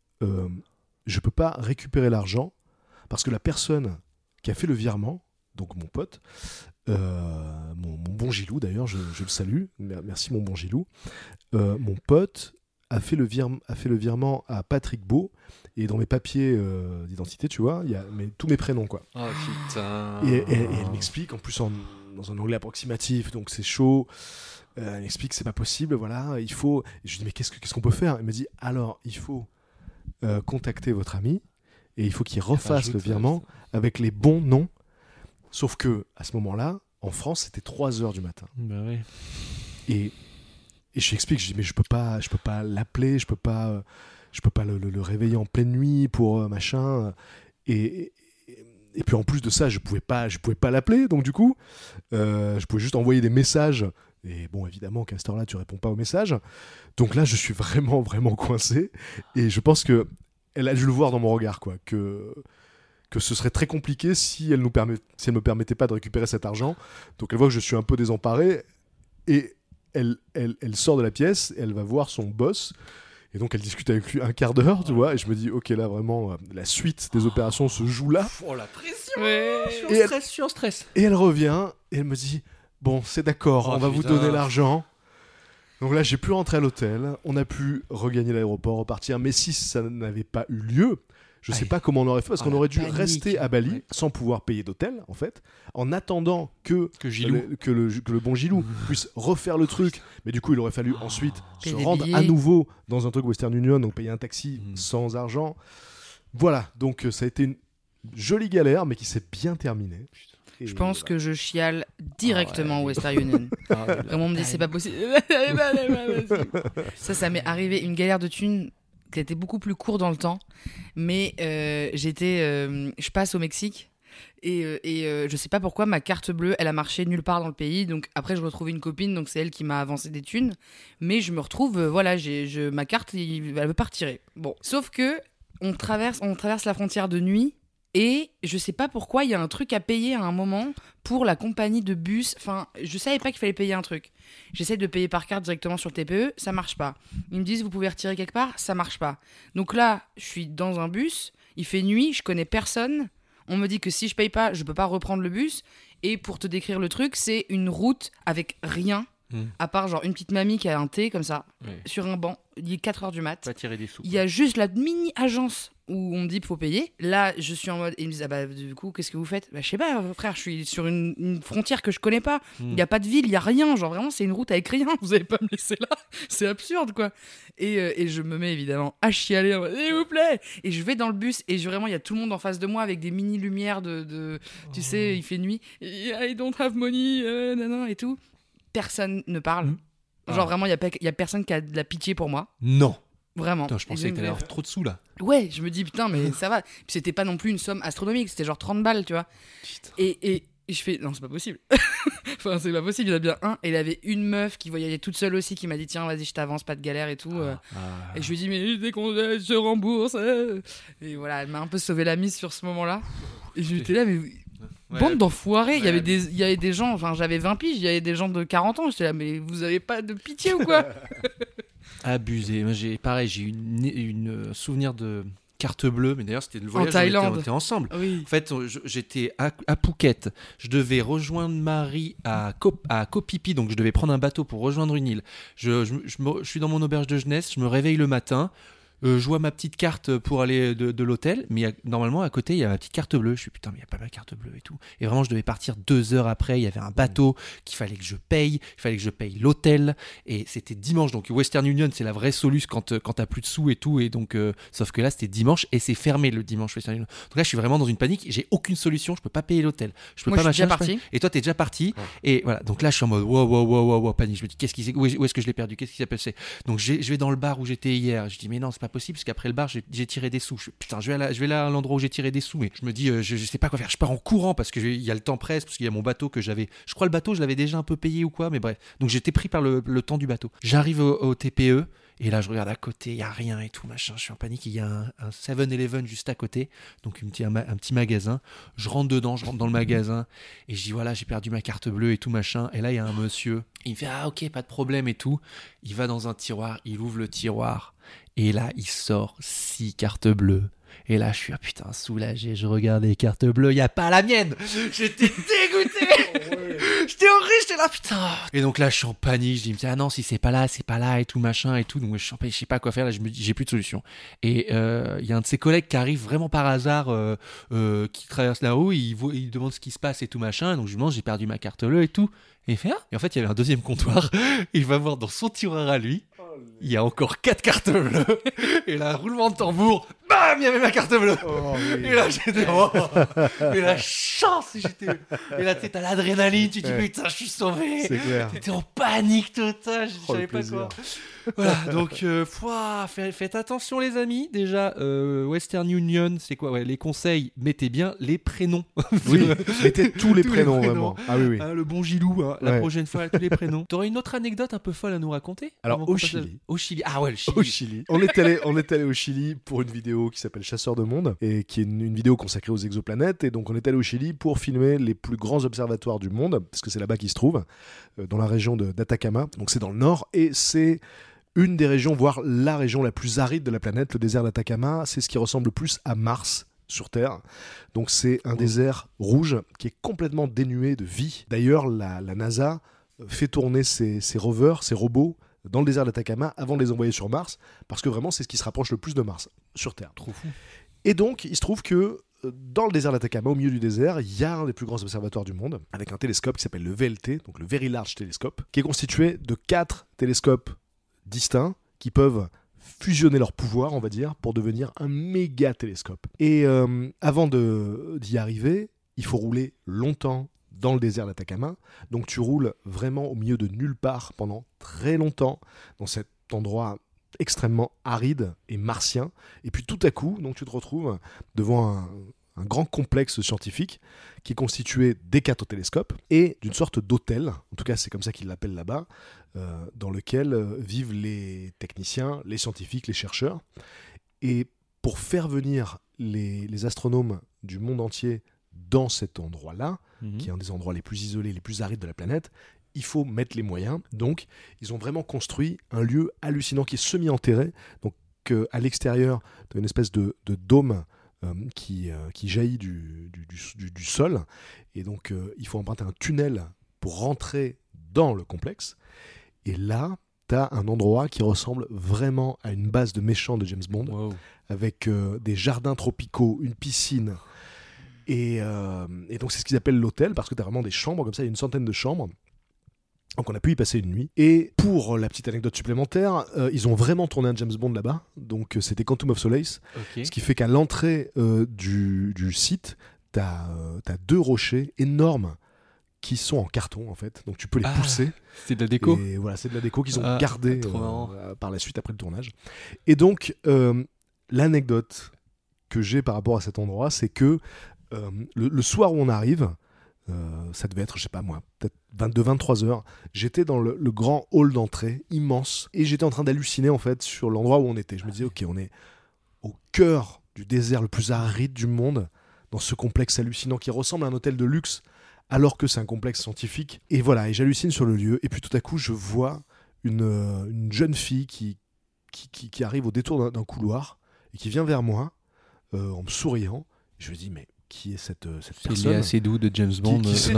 je peux pas récupérer l'argent parce que la personne qui a fait le virement, donc mon pote, mon bon Gilou d'ailleurs, je le salue, merci mon bon Gilou, mon pote a fait le virement à Patrick Beau, et dans mes papiers d'identité, tu vois, il y a tous mes prénoms quoi.
Oh putain.
Et elle m'explique en plus dans un anglais approximatif, donc c'est chaud. Elle m'explique que c'est pas possible, voilà, il faut. Et je lui dis mais qu'est-ce qu'on peut faire ? Elle me dit alors il faut contacter votre ami et il faut qu'il refasse le virement avec les bons noms. Sauf que à ce moment-là, en France, c'était 3h du matin.
Bah oui.
Et je lui explique, je dis mais je peux pas l'appeler, je peux pas le réveiller en pleine nuit pour machin. Et puis en plus de ça, je pouvais pas l'appeler, donc du coup, je pouvais juste envoyer des messages. Et bon, évidemment qu'à cette heure-là, tu réponds pas aux messages. Donc là, je suis vraiment, vraiment coincé. Et je pense que elle a dû le voir dans mon regard, quoi, que ce serait très compliqué si elle me permettait pas de récupérer cet argent. Donc elle voit que je suis un peu désemparé. Et elle sort de la pièce, et elle va voir son boss. Et donc elle discute avec lui un quart d'heure, tu vois. Et je me dis, ok, là, vraiment, la suite des opérations se joue là.
Oh, la pression.
Ouais.
Je suis en stress.
Et elle revient. Et elle me dit, bon, c'est d'accord, on va vous donner l'argent. Donc là, j'ai pu rentrer à l'hôtel, on a pu regagner l'aéroport, repartir. Mais si ça n'avait pas eu lieu, je ne sais pas comment on aurait fait, parce qu'on aurait dû rester à Bali sans pouvoir payer d'hôtel, en fait, en attendant que le bon Gilou puisse refaire le truc. Mais du coup, il aurait fallu ensuite se rendre à nouveau dans un truc Western Union, donc payer un taxi sans argent. Voilà, donc ça a été une jolie galère, mais qui s'est bien terminée.
Je pense que je chiale directement au Western Union. Vraiment, on me dit c'est pas possible. Ça m'est arrivé une galère de thunes qui était beaucoup plus court dans le temps. Mais je passe au Mexique et je sais pas pourquoi ma carte bleue, elle a marché nulle part dans le pays. Donc après, je retrouve une copine, donc c'est elle qui m'a avancé des thunes. Mais je me retrouve, ma carte, elle veut pas retirer. Bon, sauf que on traverse la frontière de nuit. Et je sais pas pourquoi, il y a un truc à payer à un moment pour la compagnie de bus. Enfin, je savais pas qu'il fallait payer un truc. J'essaie de payer par carte directement sur le TPE, ça marche pas. Ils me disent, vous pouvez retirer quelque part, ça marche pas. Donc là, je suis dans un bus, il fait nuit, je connais personne. On me dit que si je paye pas, je peux pas reprendre le bus. Et pour te décrire le truc, c'est une route avec rien. À part genre une petite mamie qui a un thé comme ça sur un banc, il est 4h du mat.
Pas tirer des sous.
Il y a juste la mini agence où on me dit qu'il faut payer. Là, je suis en mode et ils me disent du coup, qu'est-ce que vous faites ? Je sais pas, frère, je suis sur une frontière que je connais pas. Il y a pas de ville, il y a rien, genre vraiment c'est une route avec rien. Vous allez pas me laisser là, c'est absurde quoi. Et je me mets évidemment à chialer en mode, s'il vous plaît. Et je vais dans le bus et vraiment il y a tout le monde en face de moi avec des mini lumières tu sais, il fait nuit. I don't have money, et tout. Personne ne parle. Genre vraiment, il y a personne qui a de la pitié pour moi.
Non.
Vraiment.
Putain, je pensais que t'allais avoir trop de sous là.
Ouais, je me dis putain, mais ça va. Puis c'était pas non plus une somme astronomique, c'était genre 30 balles, tu vois. Putain. Et je fais non, c'est pas possible. Enfin, c'est pas possible, il y en a bien un. Et il avait une meuf qui voyageait toute seule aussi qui m'a dit tiens, vas-y, je t'avance, pas de galère et tout. Et je lui dis mais dès qu'on se rembourse. Et voilà, elle m'a un peu sauvé la mise sur ce moment-là. Et je j'étais là, mais. Bande d'enfoirés, il y avait des gens, enfin j'avais 20 piges, il y avait des gens de 40 ans, j'étais là, mais vous avez pas de pitié ou quoi ?
Abusé. Moi, j'ai une souvenir de carte bleue, mais d'ailleurs c'était le voyage
en Thaïlande.
On était ensemble.
Oui.
En fait, j'étais à Phuket, je devais rejoindre Marie à Koh Phi Phi, donc je devais prendre un bateau pour rejoindre une île. Je suis dans mon auberge de jeunesse, je me réveille le matin. Je vois ma petite carte pour aller de l'hôtel, mais normalement à côté il y a ma petite carte bleue. Je suis putain, mais il n'y a pas ma carte bleue et tout. Et vraiment, je devais partir 2 heures après. Il y avait un bateau qu'il fallait que je paye. Il fallait que je paye l'hôtel. Et c'était dimanche. Donc Western Union, c'est la vraie soluce quand t'as plus de sous et tout. Et donc, sauf que là, c'était dimanche et c'est fermé le dimanche Western Union. Donc là, je suis vraiment dans une panique. J'ai aucune solution. Je peux pas payer l'hôtel.
Moi, je suis déjà parti.
Et toi, t'es déjà parti. Et voilà. Donc là, je suis en mode wow, panique. Je me dis, où est-ce que je l'ai perdu ? Qu'est-ce qui s'est passé ? Donc je vais dans le bar où j'étais hier. Je dis, mais non, c'est pas possible parce qu'après le bar, j'ai tiré des sous. Putain, je vais là à l'endroit où j'ai tiré des sous, mais je me dis, je sais pas quoi faire. Je pars en courant parce que il y a le temps presse, parce qu'il y a mon bateau que j'avais. Je crois le bateau, je l'avais déjà un peu payé ou quoi, mais bref. Donc j'étais pris par le temps du bateau. J'arrive au TPE. Et là, je regarde à côté, il n'y a rien et tout, machin. Je suis en panique. Il y a un 7-Eleven juste à côté. Donc, un petit magasin. Je rentre dans le magasin. Et je dis, voilà, j'ai perdu ma carte bleue et tout, machin. Et là, il y a un monsieur. Il me fait, ah, ok, pas de problème et tout. Il va dans un tiroir. Il ouvre le tiroir. Et là, il sort 6 cartes bleues. Et là, je suis, putain, soulagé. Je regarde les cartes bleues. Il n'y a pas la mienne. J'étais dégoûté. J'étais horrible, j'étais là, putain. Et donc là, je suis en panique. Je dis, ah non, si c'est pas là et tout, machin et tout. Donc je suis en panique, je sais pas quoi faire. Là, je me dis, j'ai plus de solution. Et il y a un de ses collègues qui arrive vraiment par hasard, qui traverse là-haut. Il demande ce qui se passe et tout, machin. Donc je lui demande, j'ai perdu ma carte bleue et tout. Et il fait, ah. Et en fait, il y avait un deuxième comptoir. Il va voir dans son tiroir à lui. Il y a encore 4 cartes bleues. Et là, roulement de tambour, bam, il y avait ma carte bleue. Oh, oui. Et là, j'étais, mais la chance, et là, t'as l'adrénaline, tu te dis, putain, je suis sauvé.
C'est clair.
T'étais en panique totale, je savais pas quoi. Voilà, donc, faites attention, les amis. Déjà, Western Union, c'est quoi ? Ouais, les conseils, mettez bien les prénoms.
Oui, mettez tous les prénoms, vraiment. Ah oui.
Hein, le bon Gilou, hein, la prochaine fois, tous les prénoms. T'aurais une autre anecdote un peu folle à nous raconter ?
Alors, au Chili.
Au Chili. Ah ouais, le Chili.
Au Chili. On est allé au Chili pour une vidéo qui s'appelle Chasseurs de monde et qui est une vidéo consacrée aux exoplanètes. Et donc, on est allé au Chili pour filmer les plus grands observatoires du monde, parce que c'est là-bas qu'ils se trouvent, dans la région d'Atacama. Donc, c'est dans le nord et c'est une des régions, voire la région la plus aride de la planète, le désert d'Atacama. C'est ce qui ressemble le plus à Mars sur Terre. Donc c'est un désert rouge qui est complètement dénué de vie. D'ailleurs, la NASA fait tourner ses rovers, ses robots, dans le désert d'Atacama avant de les envoyer sur Mars, parce que vraiment c'est ce qui se rapproche le plus de Mars sur Terre.
Trop fou.
Et donc il se trouve que dans le désert d'Atacama, au milieu du désert, il y a un des plus grands observatoires du monde, avec un télescope qui s'appelle le VLT, donc le Very Large Telescope, qui est constitué de 4 télescopes distincts qui peuvent fusionner leurs pouvoirs, on va dire, pour devenir un méga télescope. Et avant d'y arriver, il faut rouler longtemps dans le désert d'Atacama. Donc tu roules vraiment au milieu de nulle part pendant très longtemps, dans cet endroit extrêmement aride et martien. Et puis tout à coup, donc tu te retrouves devant un grand complexe scientifique qui est constitué des 4 télescopes et d'une sorte d'hôtel, en tout cas c'est comme ça qu'ils l'appellent là-bas, dans lequel vivent les techniciens, les scientifiques, les chercheurs. Et pour faire venir les astronomes du monde entier dans cet endroit-là, qui est un des endroits les plus isolés, les plus arides de la planète, il faut mettre les moyens. Donc, ils ont vraiment construit un lieu hallucinant qui est semi-enterré. Donc, à l'extérieur, tu as une espèce de dôme qui jaillit du sol. Et donc, il faut emprunter un tunnel pour rentrer dans le complexe. Et là, tu as un endroit qui ressemble vraiment à une base de méchants de James Bond, wow. Avec des jardins tropicaux, une piscine. Et donc, c'est ce qu'ils appellent l'hôtel, parce que tu as vraiment des chambres, comme ça, il y a une centaine de chambres. Donc on a pu y passer une nuit. Et pour la petite anecdote supplémentaire, ils ont vraiment tourné un James Bond là-bas. Donc c'était Quantum of Solace. Okay. Ce qui fait qu'à l'entrée du site, t'as 2 rochers énormes qui sont en carton en fait. Donc tu peux les pousser.
C'est de la déco.
Et voilà, c'est de la déco qu'ils ont gardé par la suite après le tournage. Et donc l'anecdote que j'ai par rapport à cet endroit, c'est que le soir où on arrive, ça devait être, je sais pas moi, peut-être 22-23 heures. J'étais dans le grand hall d'entrée, immense, et j'étais en train d'halluciner en fait sur l'endroit où on était. Je me disais, ok, on est au cœur du désert le plus aride du monde, dans ce complexe hallucinant qui ressemble à un hôtel de luxe, alors que c'est un complexe scientifique. Et voilà, et j'hallucine sur le lieu. Et puis tout à coup, je vois une jeune fille qui arrive au détour d'un couloir et qui vient vers moi en me souriant. Et je me dis, mais qui est cette personne?
Il est assez doux de James Bond.
Je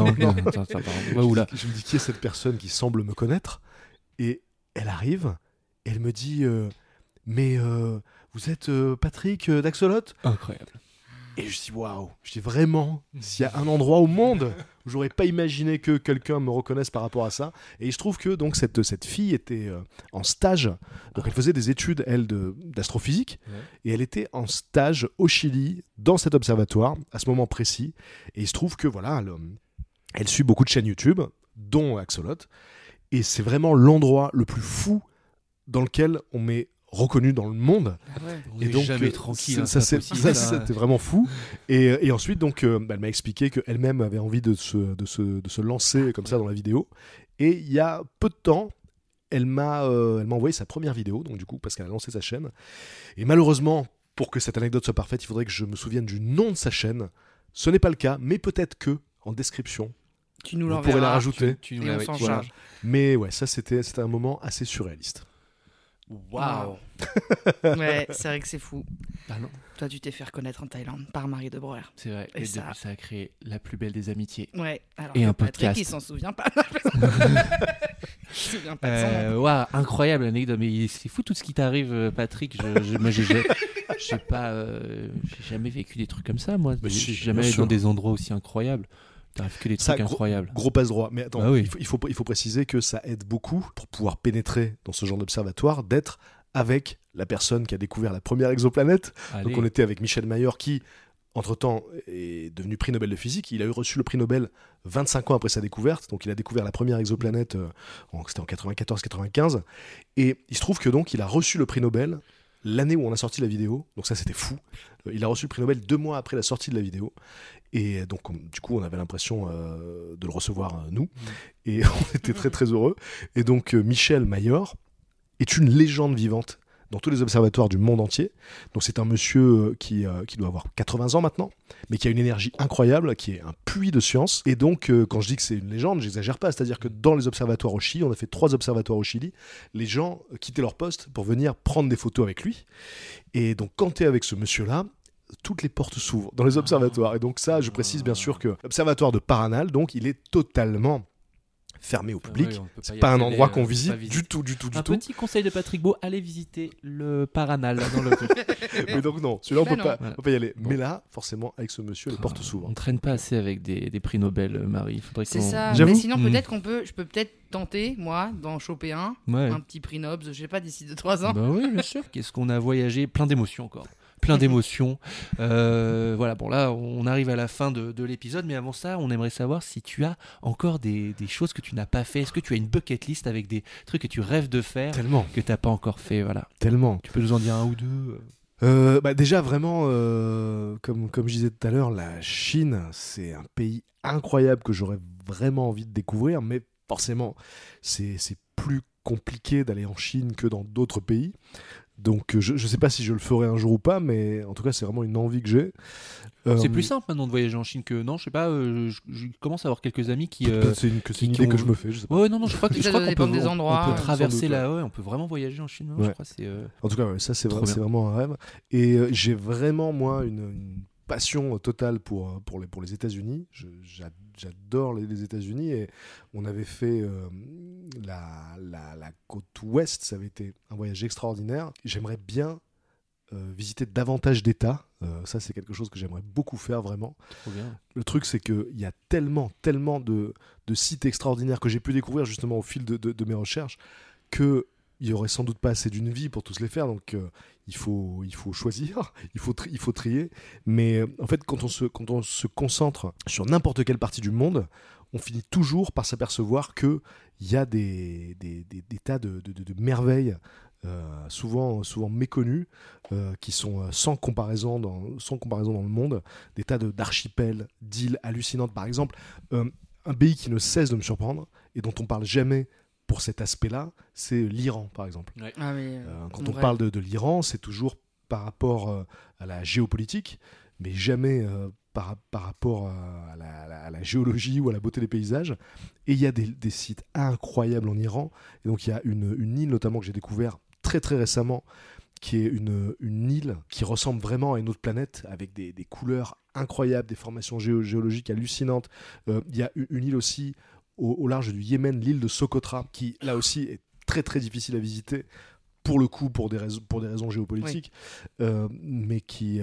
me dis, qui est cette personne qui semble me connaître? Et elle arrive, et elle me dit, mais vous êtes Patrick d'Axolot?
Incroyable.
Et je dis, waouh, je dis vraiment, s'il y a un endroit au monde où j'aurais pas imaginé que quelqu'un me reconnaisse par rapport à ça. Et il se trouve que donc cette fille était en stage, donc elle faisait des études, elle, d'astrophysique, et elle était en stage au Chili, dans cet observatoire, à ce moment précis. Et il se trouve que voilà, elle suit beaucoup de chaînes YouTube, dont Axolot, et c'est vraiment l'endroit le plus fou dans lequel on met reconnu dans le monde.
Et donc jamais tranquille,
c'était vraiment fou. Et ensuite donc elle m'a expliqué qu'elle-même avait envie de se lancer comme ça dans la vidéo, et il y a peu de temps elle m'a envoyé sa première vidéo, donc du coup parce qu'elle a lancé sa chaîne, et malheureusement pour que cette anecdote soit parfaite il faudrait que je me souvienne du nom de sa chaîne. Ce n'est pas le cas, mais peut-être que en description
tu nous
pourrais la rajouter,
et on s'en charge.
Mais ouais, ça c'était un moment assez surréaliste.
Waouh. Ouais, c'est vrai que c'est fou.
Ah non.
Toi, tu t'es fait reconnaître en Thaïlande par Marie de Breuer.
C'est vrai. Et ça a créé la plus belle des amitiés.
Ouais. Alors
et un
Patrick,
podcast.
Il s'en souvient pas. Il se souvient pas de son nom.
Waouh, incroyable anecdote. Mais c'est fou tout ce qui t'arrive, Patrick. Moi, j'ai jamais vécu des trucs comme ça. Moi, je suis jamais allé dans des endroits aussi incroyables. T'arrives que des trucs incroyables.
Gros passe-droit. Mais attends, il faut préciser que ça aide beaucoup pour pouvoir pénétrer dans ce genre d'observatoire, d'être avec la personne qui a découvert la première exoplanète. Allez. Donc on était avec Michel Mayor qui, entre-temps, est devenu prix Nobel de physique. Il a reçu le prix Nobel 25 ans après sa découverte. Donc il a découvert la première exoplanète, c'était en 94-95. Et il se trouve que donc il a reçu le prix Nobel l'année où on a sorti la vidéo. Donc ça, c'était fou. Il a reçu le prix Nobel 2 mois après la sortie de la vidéo. Et donc, du coup, on avait l'impression de le recevoir, nous. Et on était très, très heureux. Et donc, Michel Mayor est une légende vivante dans tous les observatoires du monde entier. Donc, c'est un monsieur qui doit avoir 80 ans maintenant, mais qui a une énergie incroyable, qui est un puits de science. Et donc, quand je dis que c'est une légende, j'exagère pas. C'est-à-dire que dans les observatoires au Chili, on a fait 3 observatoires au Chili, les gens quittaient leur poste pour venir prendre des photos avec lui. Et donc, quand tu es avec ce monsieur-là, toutes les portes s'ouvrent dans les observatoires. Et donc ça, je précise bien sûr que l'observatoire de Paranal, donc, il est totalement fermé au public.
Ouais, on peut
C'est
y
pas un
accéder,
endroit qu'on
pas
visite
visiter.
du tout.
Un petit conseil de Patrick Beau, allez visiter le Paranal dans le
Mais donc non, celui-là on
Bah
peut
non.
pas, on peut pas y aller. Mais là, forcément, avec ce monsieur, les portes s'ouvrent.
On traîne pas assez avec des prix Nobel, Marie. Faudrait
C'est
qu'on-
ça.
J'avoue.
Mais sinon,
Mm.
peut-être je peux peut-être tenter, moi, d'en choper un petit prix Nobel, je sais pas, d'ici 2-3 ans.
Bah oui, bien sûr. Qu'est-ce qu'on a voyagé, plein d'émotions encore. Plein d'émotions. Voilà, bon là, on arrive à la fin de l'épisode, mais avant ça, on aimerait savoir si tu as encore des choses que tu n'as pas fait. Est-ce que tu as une bucket list avec des trucs que tu rêves de faire,
Tellement,
que tu n'as pas encore fait, voilà.
tellement.
Tu peux nous en dire un ou deux
Déjà, vraiment, comme je disais tout à l'heure, la Chine, c'est un pays incroyable que j'aurais vraiment envie de découvrir, mais forcément, c'est plus compliqué d'aller en Chine que dans d'autres pays. Donc, je ne sais pas si je le ferai un jour ou pas, mais en tout cas, c'est vraiment une envie que j'ai.
C'est plus simple maintenant de voyager en Chine que non, je sais pas. Je commence à avoir quelques amis qui.
Peut-être c'est une
qui
idée
ont-
que je me fais, je sais pas.
Ouais, non, je crois
Ça
qu'on
doit dépendre des endroits,
on peut traverser
sans doute,
là, ouais, on peut vraiment voyager en Chine.
Ouais.
Je crois que c'est.
En tout cas, ouais, ça, c'est
Trop bien.
vraiment un rêve. Et j'ai vraiment, moi, une passion totale pour les États-Unis. J'adore les États-Unis. Et on avait fait la côte ouest. Ça avait été un voyage extraordinaire. J'aimerais bien visiter davantage d'États. Ça, c'est quelque chose que j'aimerais beaucoup faire, vraiment.
Trop bien.
Le truc, c'est qu'il y a tellement de sites extraordinaires que j'ai pu découvrir justement au fil de mes recherches qu'il n'y aurait sans doute pas assez d'une vie pour tous les faire. Donc, il faut choisir, il faut trier. Mais en fait, quand on se concentre sur n'importe quelle partie du monde, on finit toujours par s'apercevoir qu'il y a des tas de merveilles souvent méconnus, qui sont sans comparaison dans le monde, des tas d'archipels, d'îles hallucinantes. Par exemple, un pays qui ne cesse de me surprendre et dont on parle jamais pour cet aspect-là, c'est l'Iran, par exemple.
Ah, mais,
Quand on parle de l'Iran, c'est toujours par rapport à la géopolitique, mais jamais par rapport à la géologie ou à la beauté des paysages. Et il y a des sites incroyables en Iran. Et donc il y a une île notamment que j'ai découvert très très récemment, qui est une île qui ressemble vraiment à une autre planète, avec des couleurs incroyables, des formations géologiques hallucinantes. Il y a une île aussi au large du Yémen, l'île de Socotra, qui là aussi est très très difficile à visiter, pour le coup pour des raisons géopolitiques, mais qui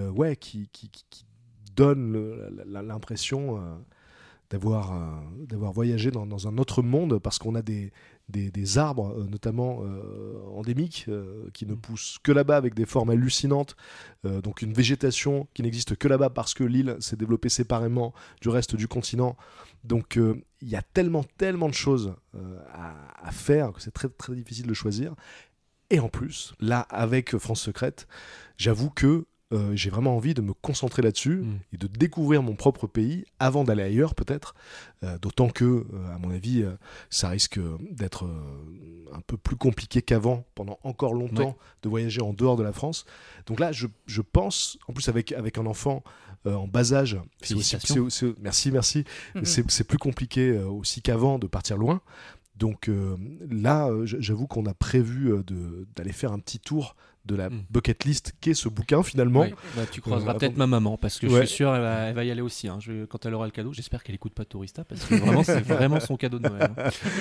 donne l'impression d'avoir voyagé dans un autre monde, parce qu'on a des arbres notamment endémiques qui ne poussent que là-bas, avec des formes hallucinantes, donc une végétation qui n'existe que là-bas parce que l'île s'est développée séparément du reste du continent. Donc il y a tellement de choses à faire que c'est très très difficile de choisir. Et en plus, là, avec France Secrète, j'avoue que j'ai vraiment envie de me concentrer là-dessus et de découvrir mon propre pays avant d'aller ailleurs, peut-être. D'autant que, à mon avis, ça risque d'être un peu plus compliqué qu'avant, pendant encore longtemps, de voyager en dehors de la France. Donc là, je pense, en plus avec un enfant en bas âge, merci. C'est plus compliqué aussi qu'avant de partir loin. Donc là, j'avoue qu'on a prévu d'aller faire un petit tour de la bucket list qu'est ce bouquin finalement.
Ouais. Bah, tu croiseras peut-être ma maman, parce que je suis sûr elle va y aller aussi. Hein. Quand elle aura le cadeau, j'espère qu'elle écoute pas Tourista, parce que vraiment c'est vraiment son cadeau de Noël.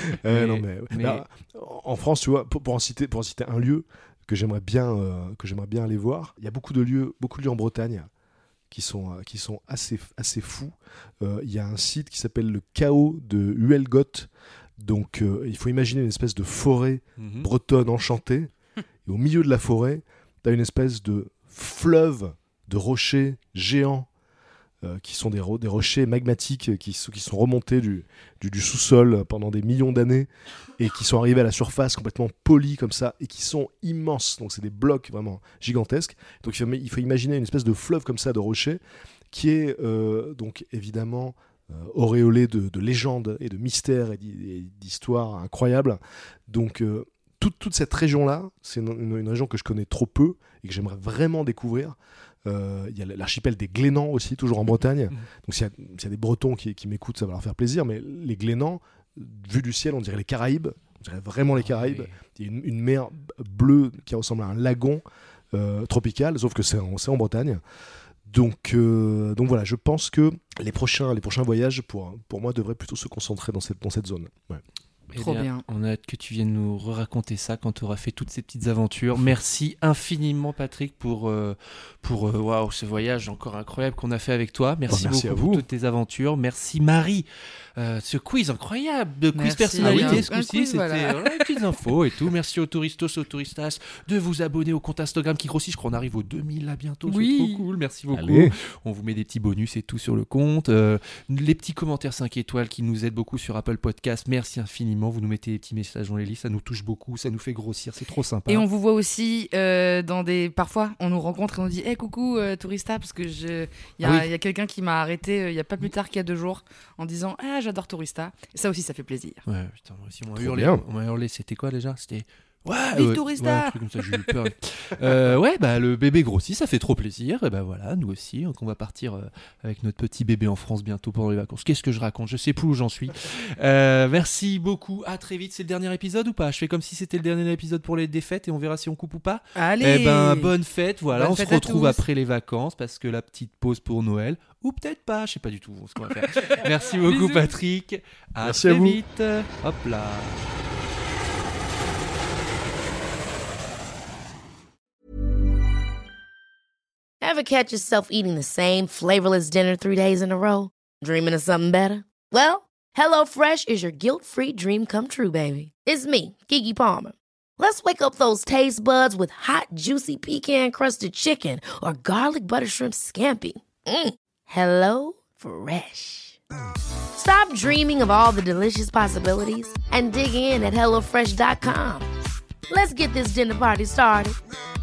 Hein.
En France, tu vois, pour en citer un lieu que j'aimerais bien aller voir, il y a beaucoup de lieux en Bretagne qui sont assez fous. Il y a un site qui s'appelle le Chaos de Huelgoth. Donc il faut imaginer une espèce de forêt bretonne enchantée, et au milieu de la forêt, tu as une espèce de fleuve de rochers géants, qui sont des rochers magmatiques qui sont remontés du sous-sol pendant des millions d'années, et qui sont arrivés à la surface complètement polis comme ça, et qui sont immenses. Donc c'est des blocs vraiment gigantesques. Donc il faut imaginer une espèce de fleuve comme ça de rochers, qui est donc évidemment auréolé de légendes et de mystères et d'histoires incroyables. Donc toute cette région-là, c'est une région que je connais trop peu et que j'aimerais vraiment découvrir. Il y a l'archipel des Glénans aussi, toujours en Bretagne. Donc s'il y a des Bretons qui m'écoutent, ça va leur faire plaisir. Mais les Glénans, vu du ciel, on dirait les Caraïbes. On dirait vraiment les Caraïbes. Il y a une mer bleue qui ressemble à un lagon tropical, sauf que c'est en Bretagne. Donc voilà, je pense que les prochains voyages pour moi devraient plutôt se concentrer dans cette zone. Ouais.
Trop bien.
On a hâte que tu viennes nous raconter ça quand tu auras fait toutes ces petites aventures. Merci infiniment Patrick pour waouh, ce voyage encore incroyable qu'on a fait avec toi. Merci beaucoup
à vous.
pour toutes tes aventures. Merci Marie. Ce quiz incroyable de quiz
Merci.
personnalité ce
Un
coup-ci,
quiz,
c'était
voilà.
des petites infos et tout. Merci aux touristos, aux touristas de vous abonner au compte Instagram qui grossit. Je crois qu'on arrive aux 2000 là bientôt.
Oui.
C'est trop cool. Merci beaucoup.
Allez.
On vous met des petits bonus et tout sur le compte. Les petits commentaires 5 étoiles qui nous aident beaucoup sur Apple Podcast. Merci infiniment. Vous nous mettez des petits messages dans les listes. Ça nous touche beaucoup. Ça nous fait grossir. C'est trop sympa.
Et on vous voit aussi dans des. Parfois, on nous rencontre et on dit hey, coucou, Tourista, parce que il y a quelqu'un qui m'a arrêté il y a pas plus tard qu'il y a 2 jours en disant ah, j'adore Tourista. Et ça aussi, ça fait plaisir.
Ouais, putain, moi aussi, on m'a
Trop
hurlé.
bien.
On m'a hurlé. C'était quoi déjà? C'était. Ouais,
Vive Tourista.
ouais, un truc comme ça, j'ai eu peur. Le bébé grossit, ça fait trop plaisir. Et ben voilà, nous aussi, donc on va partir avec notre petit bébé en France bientôt pendant les vacances. Qu'est-ce que je raconte? Je sais plus où j'en suis. Merci beaucoup. À très vite. C'est le dernier épisode ou pas? Je fais comme si c'était le dernier épisode pour les défaites et on verra si on coupe ou pas.
Allez.
Eh ben, bonne fête. Voilà,
Bonne
on
fête
se
à
retrouve
tous.
après les vacances parce que la petite pause pour Noël. Ou peut-être pas, je sais pas du tout ce qu'on va faire. Merci beaucoup,
Bisous.
Patrick.
Merci
très
à vous.
vite. Hop là.
Ever catch yourself eating the same flavorless dinner 3 days in a row? Dreaming of something better? Well, HelloFresh is your guilt-free dream come true, baby. It's me, Keke Palmer. Let's wake up those taste buds with hot, juicy pecan-crusted chicken or garlic butter shrimp scampi. Hello Fresh. Stop dreaming of all the delicious possibilities and dig in at HelloFresh.com. Let's get this dinner party started.